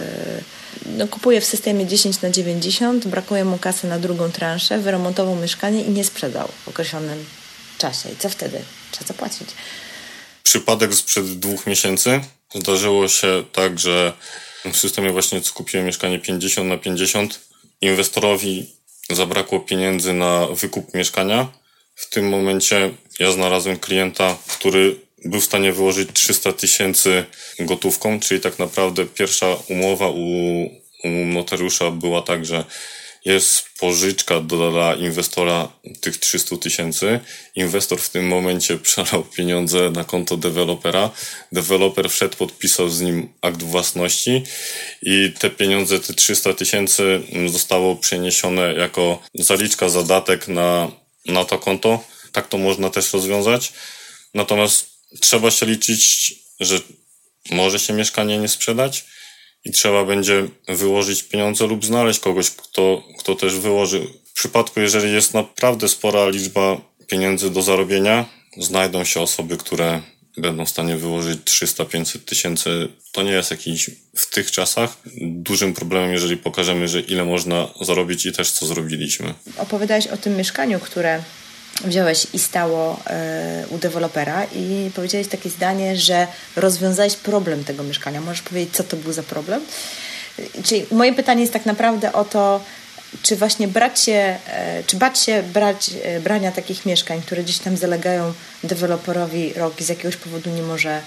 no, kupuje w systemie dziesięć na dziewięćdziesiąt, brakuje mu kasy na drugą transzę, wyremontował mieszkanie i nie sprzedał w określonym czasie. I co wtedy? Trzeba zapłacić. Przypadek sprzed dwóch miesięcy. Zdarzyło się tak, że w systemie właśnie co kupiłem mieszkanie pięćdziesiąt na pięćdziesiąt. Inwestorowi zabrakło pieniędzy na wykup mieszkania. W tym momencie ja znalazłem klienta, który był w stanie wyłożyć trzysta tysięcy gotówką, czyli tak naprawdę pierwsza umowa u, u notariusza była tak, że jest pożyczka dla inwestora tych trzysta tysięcy. Inwestor w tym momencie przelał pieniądze na konto dewelopera. Deweloper wszedł, podpisał z nim akt własności i te pieniądze, te trzysta tysięcy zostało przeniesione jako zaliczka, zadatek na, na to konto. Tak to można też rozwiązać. Natomiast trzeba się liczyć, że może się mieszkanie nie sprzedać i trzeba będzie wyłożyć pieniądze lub znaleźć kogoś, kto, kto też wyłoży. W przypadku, jeżeli jest naprawdę spora liczba pieniędzy do zarobienia, znajdą się osoby, które będą w stanie wyłożyć trzysta do pięciuset tysięcy. To nie jest jakiś w tych czasach dużym problemem, jeżeli pokażemy, że ile można zarobić i też co zrobiliśmy. Opowiadałeś o tym mieszkaniu, które wziąłeś i stało y, u dewelopera i powiedziałeś takie zdanie, że rozwiązałeś problem tego mieszkania. Możesz powiedzieć, co to był za problem? Czyli moje pytanie jest tak naprawdę o to, czy właśnie brać się, y, czy bać się brać, y, brania takich mieszkań, które gdzieś tam zalegają deweloperowi rok i z jakiegoś powodu nie może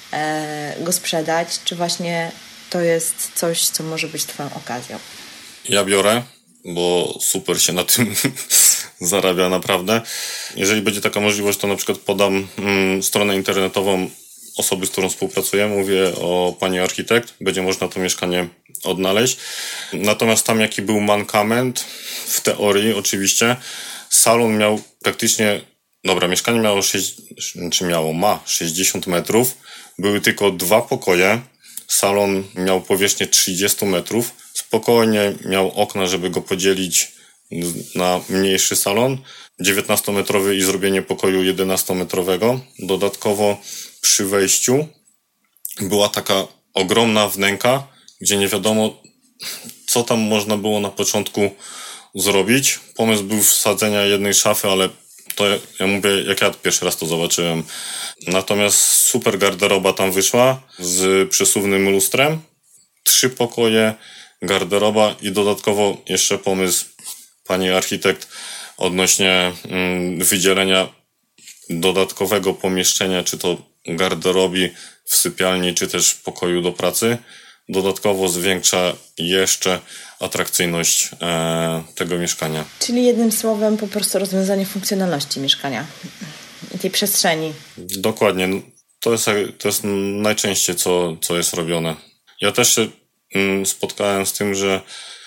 y, go sprzedać, czy właśnie to jest coś, co może być twoją okazją? Ja biorę, bo super się na tym zarabia naprawdę. Jeżeli będzie taka możliwość, to na przykład podam mm, stronę internetową osoby, z którą współpracuję. Mówię o pani architekt. Będzie można to mieszkanie odnaleźć. Natomiast tam jaki był mankament, w teorii oczywiście, salon miał praktycznie, dobra, mieszkanie miało sześć, czy miało, ma sześćdziesiąt metrów. Były tylko dwa pokoje. Salon miał powierzchnię trzydzieści metrów. Spokojnie miał okna, żeby go podzielić na mniejszy salon, dziewiętnastometrowy i zrobienie pokoju jedenastometrowego. Dodatkowo przy wejściu była taka ogromna wnęka, gdzie nie wiadomo, co tam można było na początku zrobić. Pomysł był wsadzenia jednej szafy, ale to ja mówię, jak ja pierwszy raz to zobaczyłem. Natomiast super garderoba tam wyszła z przesuwnym lustrem. Trzy pokoje, garderoba i dodatkowo jeszcze pomysł pani architekt odnośnie mm, wydzielenia dodatkowego pomieszczenia, czy to garderobi w sypialni, czy też pokoju do pracy. Dodatkowo zwiększa jeszcze atrakcyjność e, tego mieszkania. Czyli jednym słowem po prostu rozwiązanie funkcjonalności mieszkania i tej przestrzeni. Dokładnie. To jest, to jest najczęściej, co, co jest robione. Ja też się mm, spotkałem z tym, że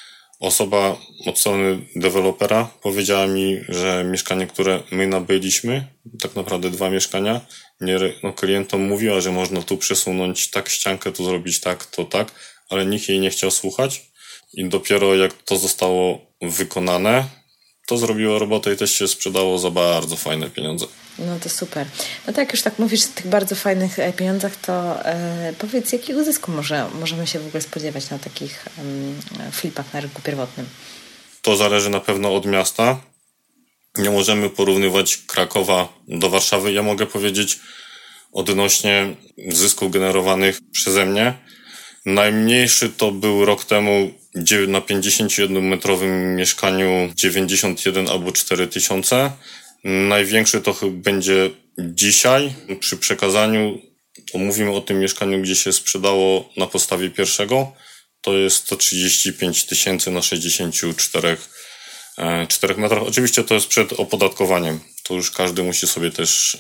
osoba od strony dewelopera powiedziała mi, że mieszkanie, które my nabyliśmy, tak naprawdę dwa mieszkania, nie, no klientom mówiła, że można tu przesunąć tak ściankę, tu zrobić tak, to tak, ale nikt jej nie chciał słuchać i dopiero jak to zostało wykonane, to zrobiło robotę i też się sprzedało za bardzo fajne pieniądze. No to super. No tak, już tak mówisz o tych bardzo fajnych pieniądzach, to e, powiedz, jakiego zysku może, możemy się w ogóle spodziewać na takich e, flipach na rynku pierwotnym? To zależy na pewno od miasta. Nie możemy porównywać Krakowa do Warszawy. Ja mogę powiedzieć odnośnie zysków generowanych przeze mnie. Najmniejszy to był rok temu na pięćdziesięciojednometrowym mieszkaniu dziewięćdziesiąt jeden albo cztery tysiące. Największy to chyba będzie dzisiaj. Przy przekazaniu, to mówimy o tym mieszkaniu, gdzie się sprzedało na podstawie pierwszego. To jest sto trzydzieści pięć tysięcy na sześćdziesięciu czterech metrach. Oczywiście to jest przed opodatkowaniem. To już każdy musi sobie też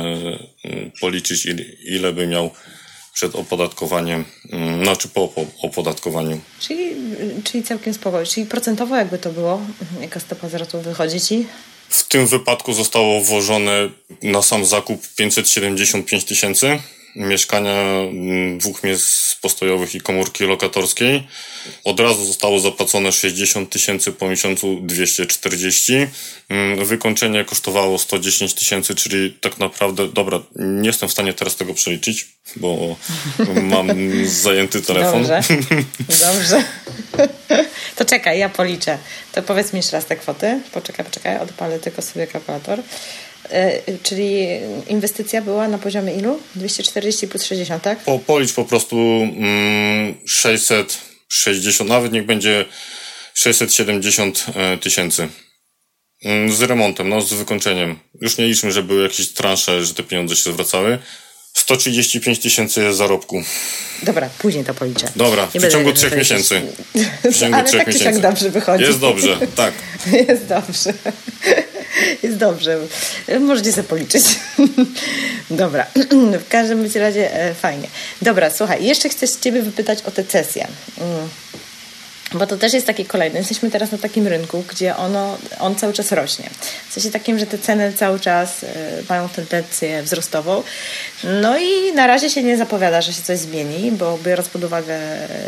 e, policzyć, ile, ile by miał przed opodatkowaniem, znaczy po, po opodatkowaniu. Czyli, czyli całkiem spoko. Czyli procentowo jakby to było? Jaka stopa zwrotu wychodzi ci? W tym wypadku zostało włożone na sam zakup pięćset siedemdziesiąt pięć tysięcy. mieszkania dwóch miejsc postojowych i komórki lokatorskiej. Od razu zostało zapłacone sześćdziesiąt tysięcy, po miesiącu dwieście czterdzieści. Wykończenie kosztowało sto dziesięć tysięcy, czyli tak naprawdę, dobra, nie jestem w stanie teraz tego przeliczyć, bo mam zajęty telefon. Dobrze, dobrze. To czekaj, ja policzę. To powiedz mi jeszcze raz te kwoty. Poczekaj, poczekaj, odpalę tylko sobie kalkulator. Yy, czyli inwestycja była na poziomie ilu? dwieście czterdzieści plus sześćdziesiąt, tak? Po, policz po prostu mm, sześćset sześćdziesiąt, nawet niech będzie sześćset siedemdziesiąt tysięcy. Mm, z remontem, no z wykończeniem. Już nie liczmy, że były jakieś transze, że te pieniądze się zwracały. sto trzydzieści pięć tysięcy jest zarobku. Dobra, później to policzę. Dobra, w przeciągu trzech miesięcy. W przeciągu Ale trzech tak miesięcy. tak dobrze wychodzi. Jest dobrze, tak. Jest dobrze. Jest dobrze. Możecie sobie policzyć. Dobra. W każdym razie e, fajnie. Dobra, słuchaj, jeszcze chcę z Ciebie wypytać o te cesje. Mm. Bo to też jest taki kolejny. Jesteśmy teraz na takim rynku, gdzie ono, on cały czas rośnie. W sensie takim, że te ceny cały czas y, mają tendencję wzrostową. No i na razie się nie zapowiada, że się coś zmieni, bo biorąc pod uwagę y,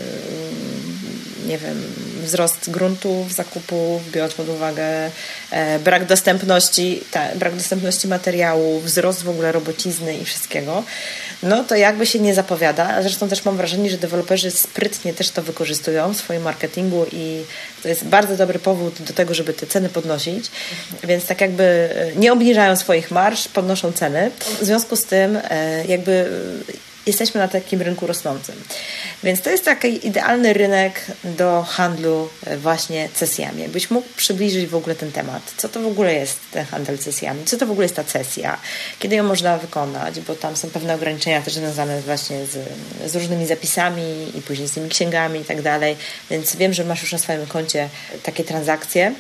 nie wiem, wzrost gruntów, zakupów, biorąc pod uwagę e, brak dostępności, ta, brak dostępności materiału, wzrost w ogóle robocizny i wszystkiego, no to jakby się nie zapowiada. A zresztą też mam wrażenie, że deweloperzy sprytnie też to wykorzystują w swoim marketingu i to jest bardzo dobry powód do tego, żeby te ceny podnosić. Więc tak jakby nie obniżają swoich marż, podnoszą ceny. W związku z tym e, jakby jesteśmy na takim rynku rosnącym. Więc to jest taki idealny rynek do handlu właśnie cesjami. Jakbyś mógł przybliżyć w ogóle ten temat. Co to w ogóle jest ten handel cesjami? Co to w ogóle jest ta cesja? Kiedy ją można wykonać? Bo tam są pewne ograniczenia też związane właśnie z, z różnymi zapisami i później z tymi księgami i tak dalej. Więc wiem, że masz już na swoim koncie takie transakcje.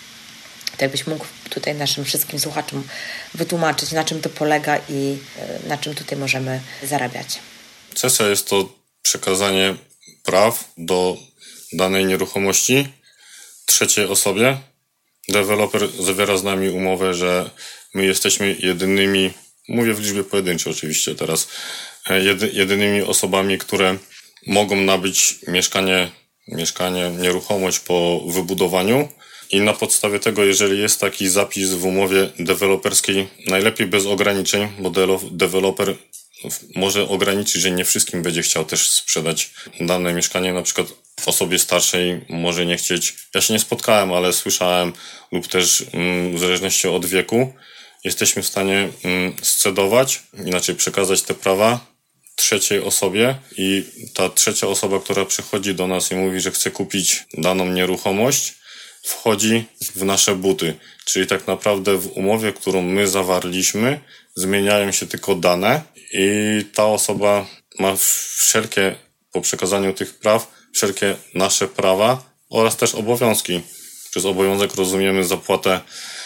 To jakbyś mógł tutaj naszym wszystkim słuchaczom wytłumaczyć, na czym to polega i na czym tutaj możemy zarabiać. Cesja jest to przekazanie praw do danej nieruchomości trzeciej osobie. Deweloper zawiera z nami umowę, że my jesteśmy jedynymi, mówię w liczbie pojedynczej oczywiście teraz, jedy, jedynymi osobami, które mogą nabyć mieszkanie, mieszkanie, nieruchomość po wybudowaniu. I na podstawie tego, jeżeli jest taki zapis w umowie deweloperskiej, najlepiej bez ograniczeń, bo deweloper może ograniczyć, że nie wszystkim będzie chciał też sprzedać dane mieszkanie, na przykład w osobie starszej może nie chcieć. Ja się nie spotkałem, ale słyszałem, lub też mm, w zależności od wieku, jesteśmy w stanie mm, scedować, inaczej przekazać te prawa trzeciej osobie i ta trzecia osoba, która przychodzi do nas i mówi, że chce kupić daną nieruchomość, wchodzi w nasze buty. Czyli tak naprawdę w umowie, którą my zawarliśmy, zmieniają się tylko dane i ta osoba ma wszelkie, po przekazaniu tych praw, wszelkie nasze prawa oraz też obowiązki. Przez obowiązek rozumiemy zapłatę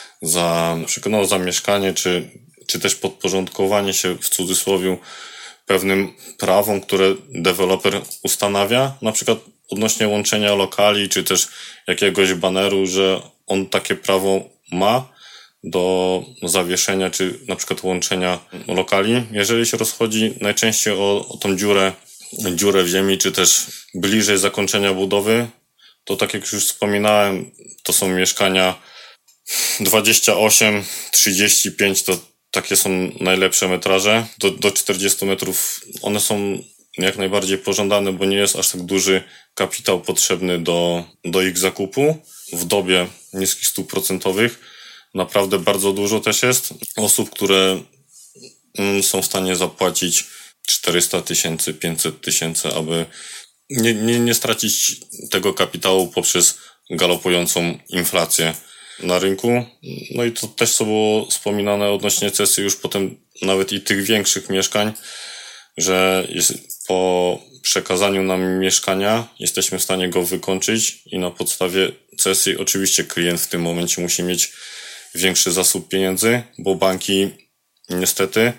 za, no, za mieszkanie, czy, czy też podporządkowanie się w cudzysłowie pewnym prawom, które deweloper ustanawia, na przykład odnośnie łączenia lokali, czy też jakiegoś baneru, że on takie prawo ma do zawieszenia, czy na przykład łączenia lokali. Jeżeli się rozchodzi najczęściej o, o tą dziurę, dziurę w ziemi, czy też bliżej zakończenia budowy, to tak jak już wspominałem, to są mieszkania dwadzieścia osiem trzydzieści pięć, to takie są najlepsze metraże. Do, do czterdziestu metrów one są jak najbardziej pożądane, bo nie jest aż tak duży kapitał potrzebny do, do ich zakupu. W dobie niskich stóp procentowych naprawdę bardzo dużo też jest osób, które są w stanie zapłacić czterysta tysięcy, pięćset tysięcy, aby nie, nie, nie stracić tego kapitału poprzez galopującą inflację na rynku. No i to też co było wspominane odnośnie cesji już potem nawet i tych większych mieszkań, że jest, po przekazaniu nam mieszkania jesteśmy w stanie go wykończyć i na podstawie cesji oczywiście klient w tym momencie musi mieć większy zasób pieniędzy, bo banki niestety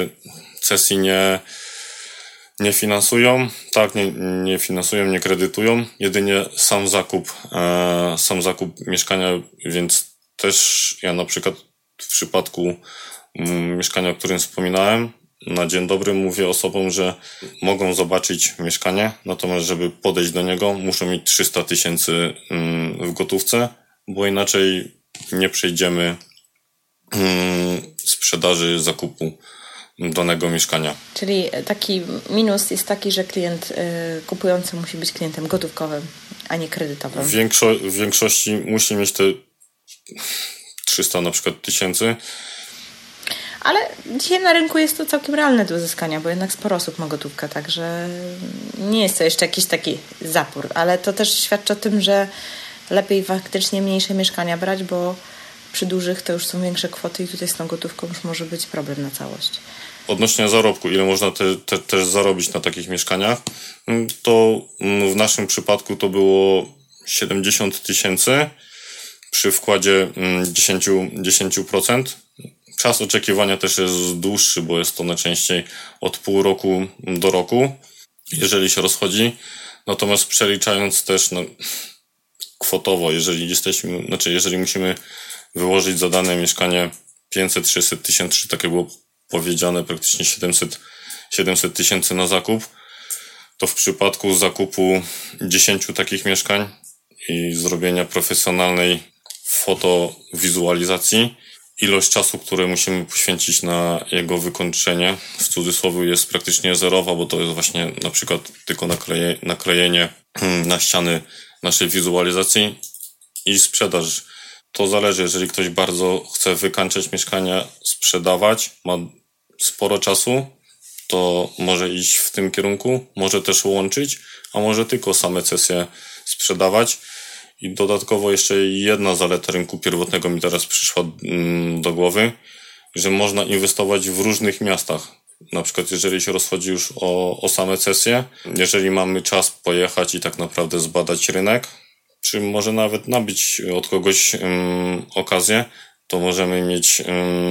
cesji nie, nie finansują, tak, nie, nie finansują, nie kredytują, jedynie sam zakup, e, sam zakup mieszkania, więc też ja na przykład w przypadku mm, mieszkania, o którym wspominałem, na dzień dobry mówię osobom, że mogą zobaczyć mieszkanie, natomiast żeby podejść do niego, muszą mieć trzysta tysięcy w gotówce, bo inaczej nie przejdziemy sprzedaży, zakupu danego mieszkania. Czyli taki minus jest taki, że klient y, kupujący musi być klientem gotówkowym, a nie kredytowym. W, większo- w większości musi mieć te trzysta na przykład tysięcy. Ale dzisiaj na rynku jest to całkiem realne do uzyskania, bo jednak sporo osób ma gotówkę, także nie jest to jeszcze jakiś taki zapór, ale to też świadczy o tym, że lepiej faktycznie mniejsze mieszkania brać, bo przy dużych to już są większe kwoty i tutaj z tą gotówką już może być problem na całość. Odnośnie zarobku, ile można te, te, też zarobić na takich mieszkaniach, to w naszym przypadku to było siedemdziesiąt tysięcy przy wkładzie dziesięć procent. Czas oczekiwania też jest dłuższy, bo jest to najczęściej od pół roku do roku, jeżeli się rozchodzi. Natomiast przeliczając też no, kwotowo, jeżeli jesteśmy, znaczy jeżeli musimy wyłożyć za dane mieszkanie pięćset sześćset tysięcy, tak jak było powiedziane, praktycznie siedemset tysięcy na zakup, to w przypadku zakupu dziesięciu takich mieszkań i zrobienia profesjonalnej fotowizualizacji, ilość czasu, który musimy poświęcić na jego wykończenie, w cudzysłowie, jest praktycznie zerowa, bo to jest właśnie na przykład tylko nakleje, naklejenie na ściany naszej wizualizacji i sprzedaż. To zależy, jeżeli ktoś bardzo chce wykańczać mieszkania, sprzedawać, ma sporo czasu, to może iść w tym kierunku, może też łączyć, a może tylko same sesje sprzedawać. I dodatkowo jeszcze jedna zaleta rynku pierwotnego mi teraz przyszła do głowy, że można inwestować w różnych miastach. Na przykład jeżeli się rozchodzi już o, o same sesje, jeżeli mamy czas pojechać i tak naprawdę zbadać rynek, czy może nawet nabyć od kogoś um, okazję, to możemy mieć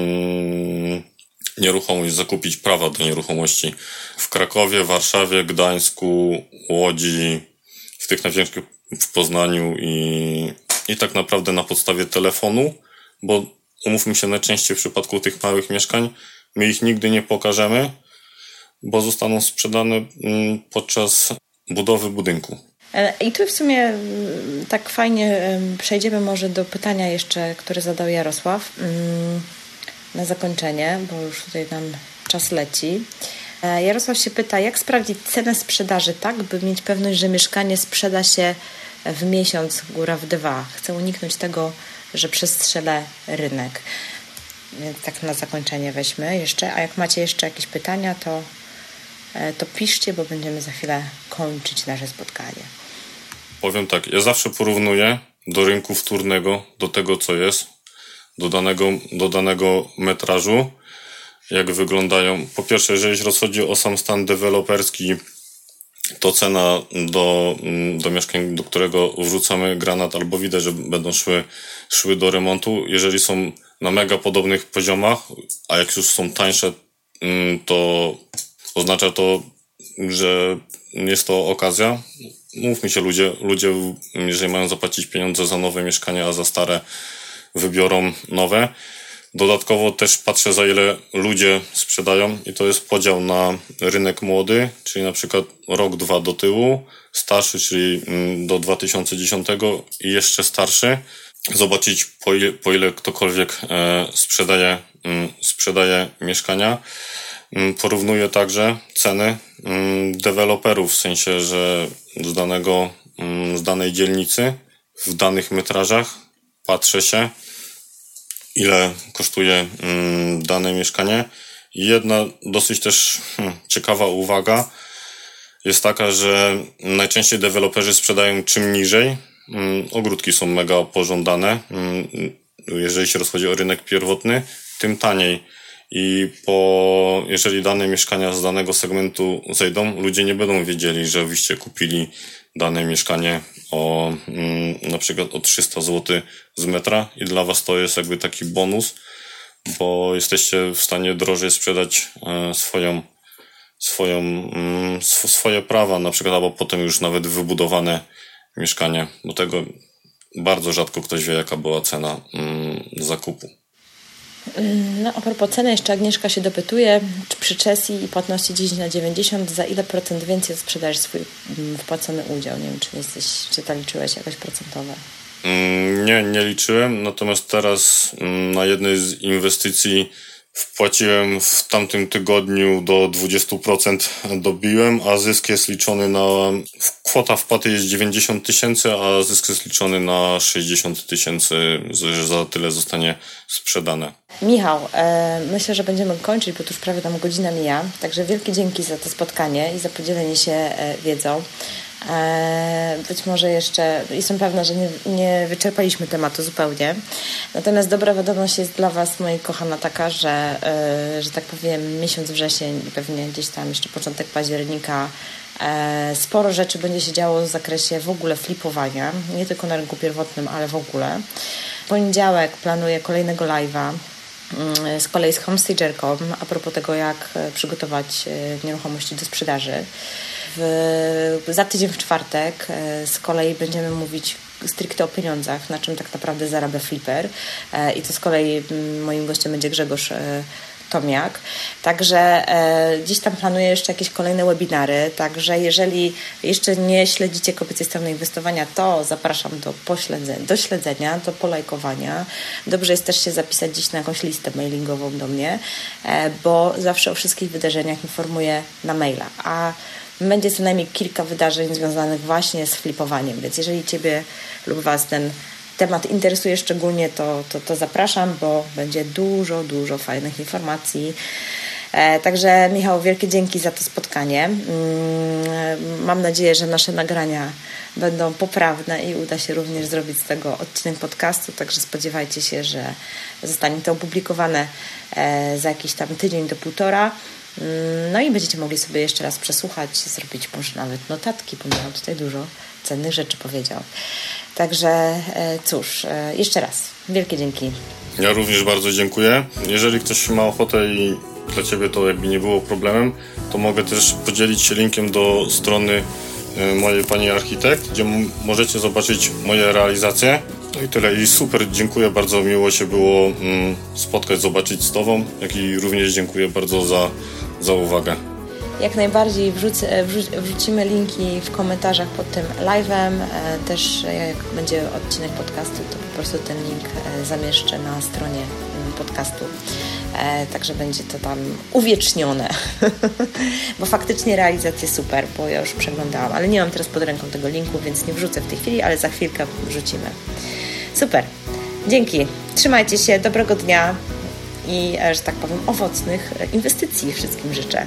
um, nieruchomość, zakupić prawa do nieruchomości w Krakowie, Warszawie, Gdańsku, Łodzi, w tych największych, w Poznaniu i, i tak naprawdę na podstawie telefonu, bo umówmy się, najczęściej w przypadku tych małych mieszkań my ich nigdy nie pokażemy, bo zostaną sprzedane podczas budowy budynku. I tu w sumie tak fajnie przejdziemy może do pytania jeszcze, które zadał Jarosław na zakończenie, bo już tutaj nam czas leci. Jarosław się pyta, jak sprawdzić cenę sprzedaży tak, by mieć pewność, że mieszkanie sprzeda się w miesiąc, góra w dwa. Chcę uniknąć tego, że przestrzelę rynek. Więc tak na zakończenie weźmy jeszcze. A jak macie jeszcze jakieś pytania, to, to piszcie, bo będziemy za chwilę kończyć nasze spotkanie. Powiem tak, ja zawsze porównuję do rynku wtórnego, do tego co jest, do danego, do danego metrażu, jak wyglądają. Po pierwsze, jeżeli się rozchodzi o sam stan deweloperski, to cena do, do mieszkań, do którego wrzucamy granat, albo widać, że będą szły, szły do remontu. Jeżeli są na mega podobnych poziomach, a jak już są tańsze, to oznacza to, że jest to okazja. Mówmy się, ludzie, ludzie, jeżeli mają zapłacić pieniądze za nowe mieszkania, a za stare wybiorą nowe. Dodatkowo też patrzę, za ile ludzie sprzedają i to jest podział na rynek młody, czyli na przykład rok, dwa do tyłu, starszy, czyli do dwa tysiące dziesiątego i jeszcze starszy. Zobaczyć, po ile, po ile ktokolwiek sprzedaje, sprzedaje mieszkania. Porównuję także ceny deweloperów, w sensie, że z danego, z danej dzielnicy, w danych metrażach patrzę się, ile kosztuje dane mieszkanie. I jedna dosyć też hmm, ciekawa uwaga jest taka, że najczęściej deweloperzy sprzedają czym niżej. Ogródki są mega pożądane. Jeżeli się rozchodzi o rynek pierwotny, tym taniej. I po, jeżeli dane mieszkania z danego segmentu zejdą, ludzie nie będą wiedzieli, że wyście kupili dane mieszkanie o mm, na przykład o trzysta złotych z metra i dla was to jest jakby taki bonus, bo jesteście w stanie drożej sprzedać e, swoją, swoją, mm, sw- swoje prawa, na przykład, albo potem już nawet wybudowane mieszkanie, bo tego bardzo rzadko ktoś wie, jaka była cena mm, zakupu. No, a propos ceny, jeszcze Agnieszka się dopytuje, czy przy Chessie i płatności dziesięć na dziewięćdziesiąt za ile procent więcej sprzedajesz swój wpłacony udział? Nie wiem, czy jesteś, czy to liczyłeś jakoś procentowe? Mm, nie, nie liczyłem, natomiast teraz mm, na jednej z inwestycji wpłaciłem w tamtym tygodniu do dwadzieścia procent dobiłem, a zysk jest liczony na... Kwota wpłaty jest dziewięćdziesiąt tysięcy, a zysk jest liczony na sześćdziesiąt tysięcy, że za tyle zostanie sprzedane. Michał, e, myślę, że będziemy kończyć, bo tu już prawie tam godzina mija, także wielkie dzięki za to spotkanie i za podzielenie się e, wiedzą. E, być może jeszcze, jestem pewna, że nie, nie wyczerpaliśmy tematu zupełnie, natomiast dobra wiadomość jest dla Was, moi kochana, taka, że, e, że tak powiem, miesiąc wrzesień i pewnie gdzieś tam jeszcze początek października e, sporo rzeczy będzie się działo w zakresie w ogóle flipowania, nie tylko na rynku pierwotnym, ale w ogóle. W poniedziałek planuję kolejnego live'a z kolei z Homestagerką a propos tego, jak przygotować nieruchomości do sprzedaży. W, za tydzień w czwartek z kolei będziemy mówić stricte o pieniądzach, na czym tak naprawdę zarabia flipper i to z kolei moim gościem będzie Grzegorz Tomiak. Także e, gdzieś tam planuję jeszcze jakieś kolejne webinary, także jeżeli jeszcze nie śledzicie kobiecej strony inwestowania, to zapraszam do, pośledzenia, do śledzenia, do polajkowania. Dobrze jest też się zapisać gdzieś na jakąś listę mailingową do mnie, e, bo zawsze o wszystkich wydarzeniach informuję na maila, a będzie co najmniej kilka wydarzeń związanych właśnie z flipowaniem, więc jeżeli Ciebie lub Was ten temat interesuje szczególnie, to, to, to zapraszam, bo będzie dużo, dużo fajnych informacji. E, także Michał, wielkie dzięki za to spotkanie. Mm, mam nadzieję, że nasze nagrania będą poprawne i uda się również zrobić z tego odcinek podcastu, także spodziewajcie się, że zostanie to opublikowane e, za jakiś tam tydzień do półtora. No i będziecie mogli sobie jeszcze raz przesłuchać, zrobić może nawet notatki, bo Michał tutaj dużo cennych rzeczy powiedział. Także cóż, jeszcze raz wielkie dzięki. Ja również bardzo dziękuję. Jeżeli ktoś ma ochotę i dla Ciebie to jakby nie było problemem, to mogę też podzielić się linkiem do strony mojej pani architekt, gdzie m- możecie zobaczyć moje realizacje. No i tyle. I super, dziękuję, bardzo miło się było mm, spotkać, zobaczyć z Tobą, jak i również dziękuję bardzo za, za uwagę. Jak najbardziej wrzucę, wrzu- wrzucimy linki w komentarzach pod tym live'em. E, też jak będzie odcinek podcastu, to po prostu ten link e, zamieszczę na stronie podcastu. E, także będzie to tam uwiecznione. Bo faktycznie realizacje super, bo ja już przeglądałam, ale nie mam teraz pod ręką tego linku, więc nie wrzucę w tej chwili, ale za chwilkę wrzucimy. Super. Dzięki. Trzymajcie się. Dobrego dnia i, że tak powiem, owocnych inwestycji wszystkim życzę.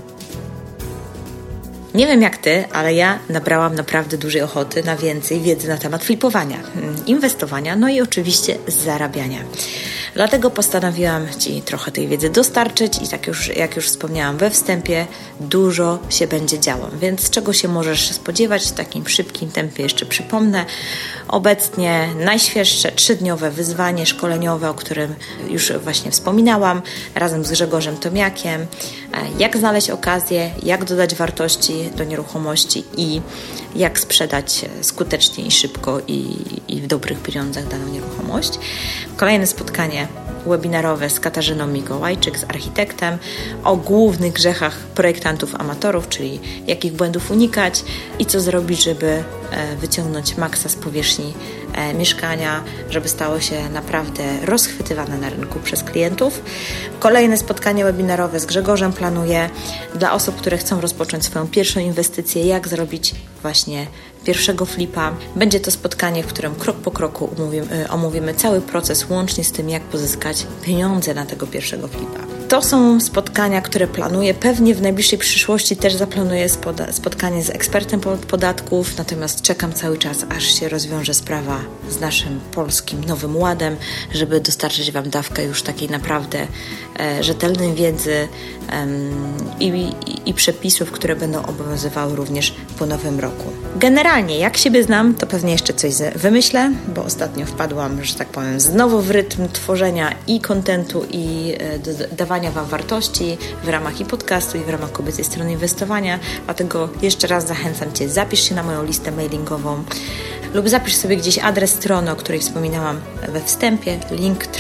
Nie wiem jak Ty, ale ja nabrałam naprawdę dużej ochoty na więcej wiedzy na temat flipowania, inwestowania, no i oczywiście zarabiania. Dlatego postanowiłam Ci trochę tej wiedzy dostarczyć i tak już, jak już wspomniałam we wstępie, dużo się będzie działo. Więc czego się możesz spodziewać w takim szybkim tempie? Jeszcze przypomnę, obecnie najświeższe trzydniowe wyzwanie szkoleniowe, o którym już właśnie wspominałam, razem z Grzegorzem Tomiakiem. Jak znaleźć okazję, jak dodać wartości do nieruchomości i jak sprzedać skutecznie i szybko i, i w dobrych pieniądzach daną nieruchomość. Kolejne spotkanie webinarowe z Katarzyną Mikołajczyk, z architektem, o głównych grzechach projektantów amatorów, czyli jakich błędów unikać i co zrobić, żeby wyciągnąć maksa z powierzchni mieszkania, żeby stało się naprawdę rozchwytywane na rynku przez klientów. Kolejne spotkanie webinarowe z Grzegorzem planuję dla osób, które chcą rozpocząć swoją pierwszą inwestycję, jak zrobić właśnie pierwszego flipa. Będzie to spotkanie, w którym krok po kroku omówimy, omówimy cały proces, łącznie z tym, jak pozyskać pieniądze na tego pierwszego flipa. To są spotkania, które planuję. Pewnie w najbliższej przyszłości też zaplanuję spotkanie z ekspertem od podatków, natomiast czekam cały czas, aż się rozwiąże sprawa z naszym polskim Nowym Ładem, żeby dostarczyć Wam dawkę już takiej naprawdę e, rzetelnej wiedzy em, i, i, i przepisów, które będą obowiązywały również po nowym roku. Generalnie, jak siebie znam, to pewnie jeszcze coś wymyślę, bo ostatnio wpadłam, że tak powiem, znowu w rytm tworzenia i kontentu, i e, dawania Wam wartości w ramach i podcastu, i w ramach kobiecej strony inwestowania. Dlatego jeszcze raz zachęcam Cię, zapisz się na moją listę mailingową lub zapisz sobie gdzieś adres strony, o której wspominałam we wstępie, linktr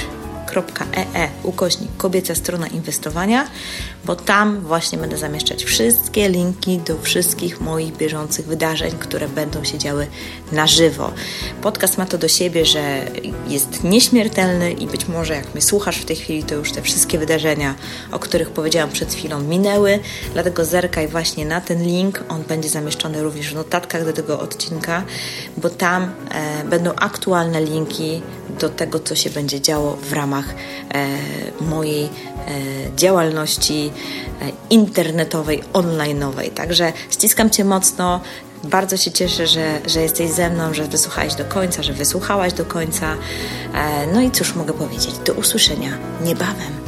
kropka e e ukośnik kobieca strona inwestowania, bo tam właśnie będę zamieszczać wszystkie linki do wszystkich moich bieżących wydarzeń, które będą się działy na żywo. Podcast ma to do siebie, że jest nieśmiertelny i być może jak mnie słuchasz w tej chwili, to już te wszystkie wydarzenia, o których powiedziałam przed chwilą, minęły, dlatego zerkaj właśnie na ten link, on będzie zamieszczony również w notatkach do tego odcinka, bo tam e, będą aktualne linki do tego, co się będzie działo w ramach e, mojej e, działalności e, internetowej, online'owej. Także ściskam Cię mocno. Bardzo się cieszę, że, że jesteś ze mną, że wysłuchałeś do końca, że wysłuchałaś do końca. E, no i cóż mogę powiedzieć? Do usłyszenia niebawem.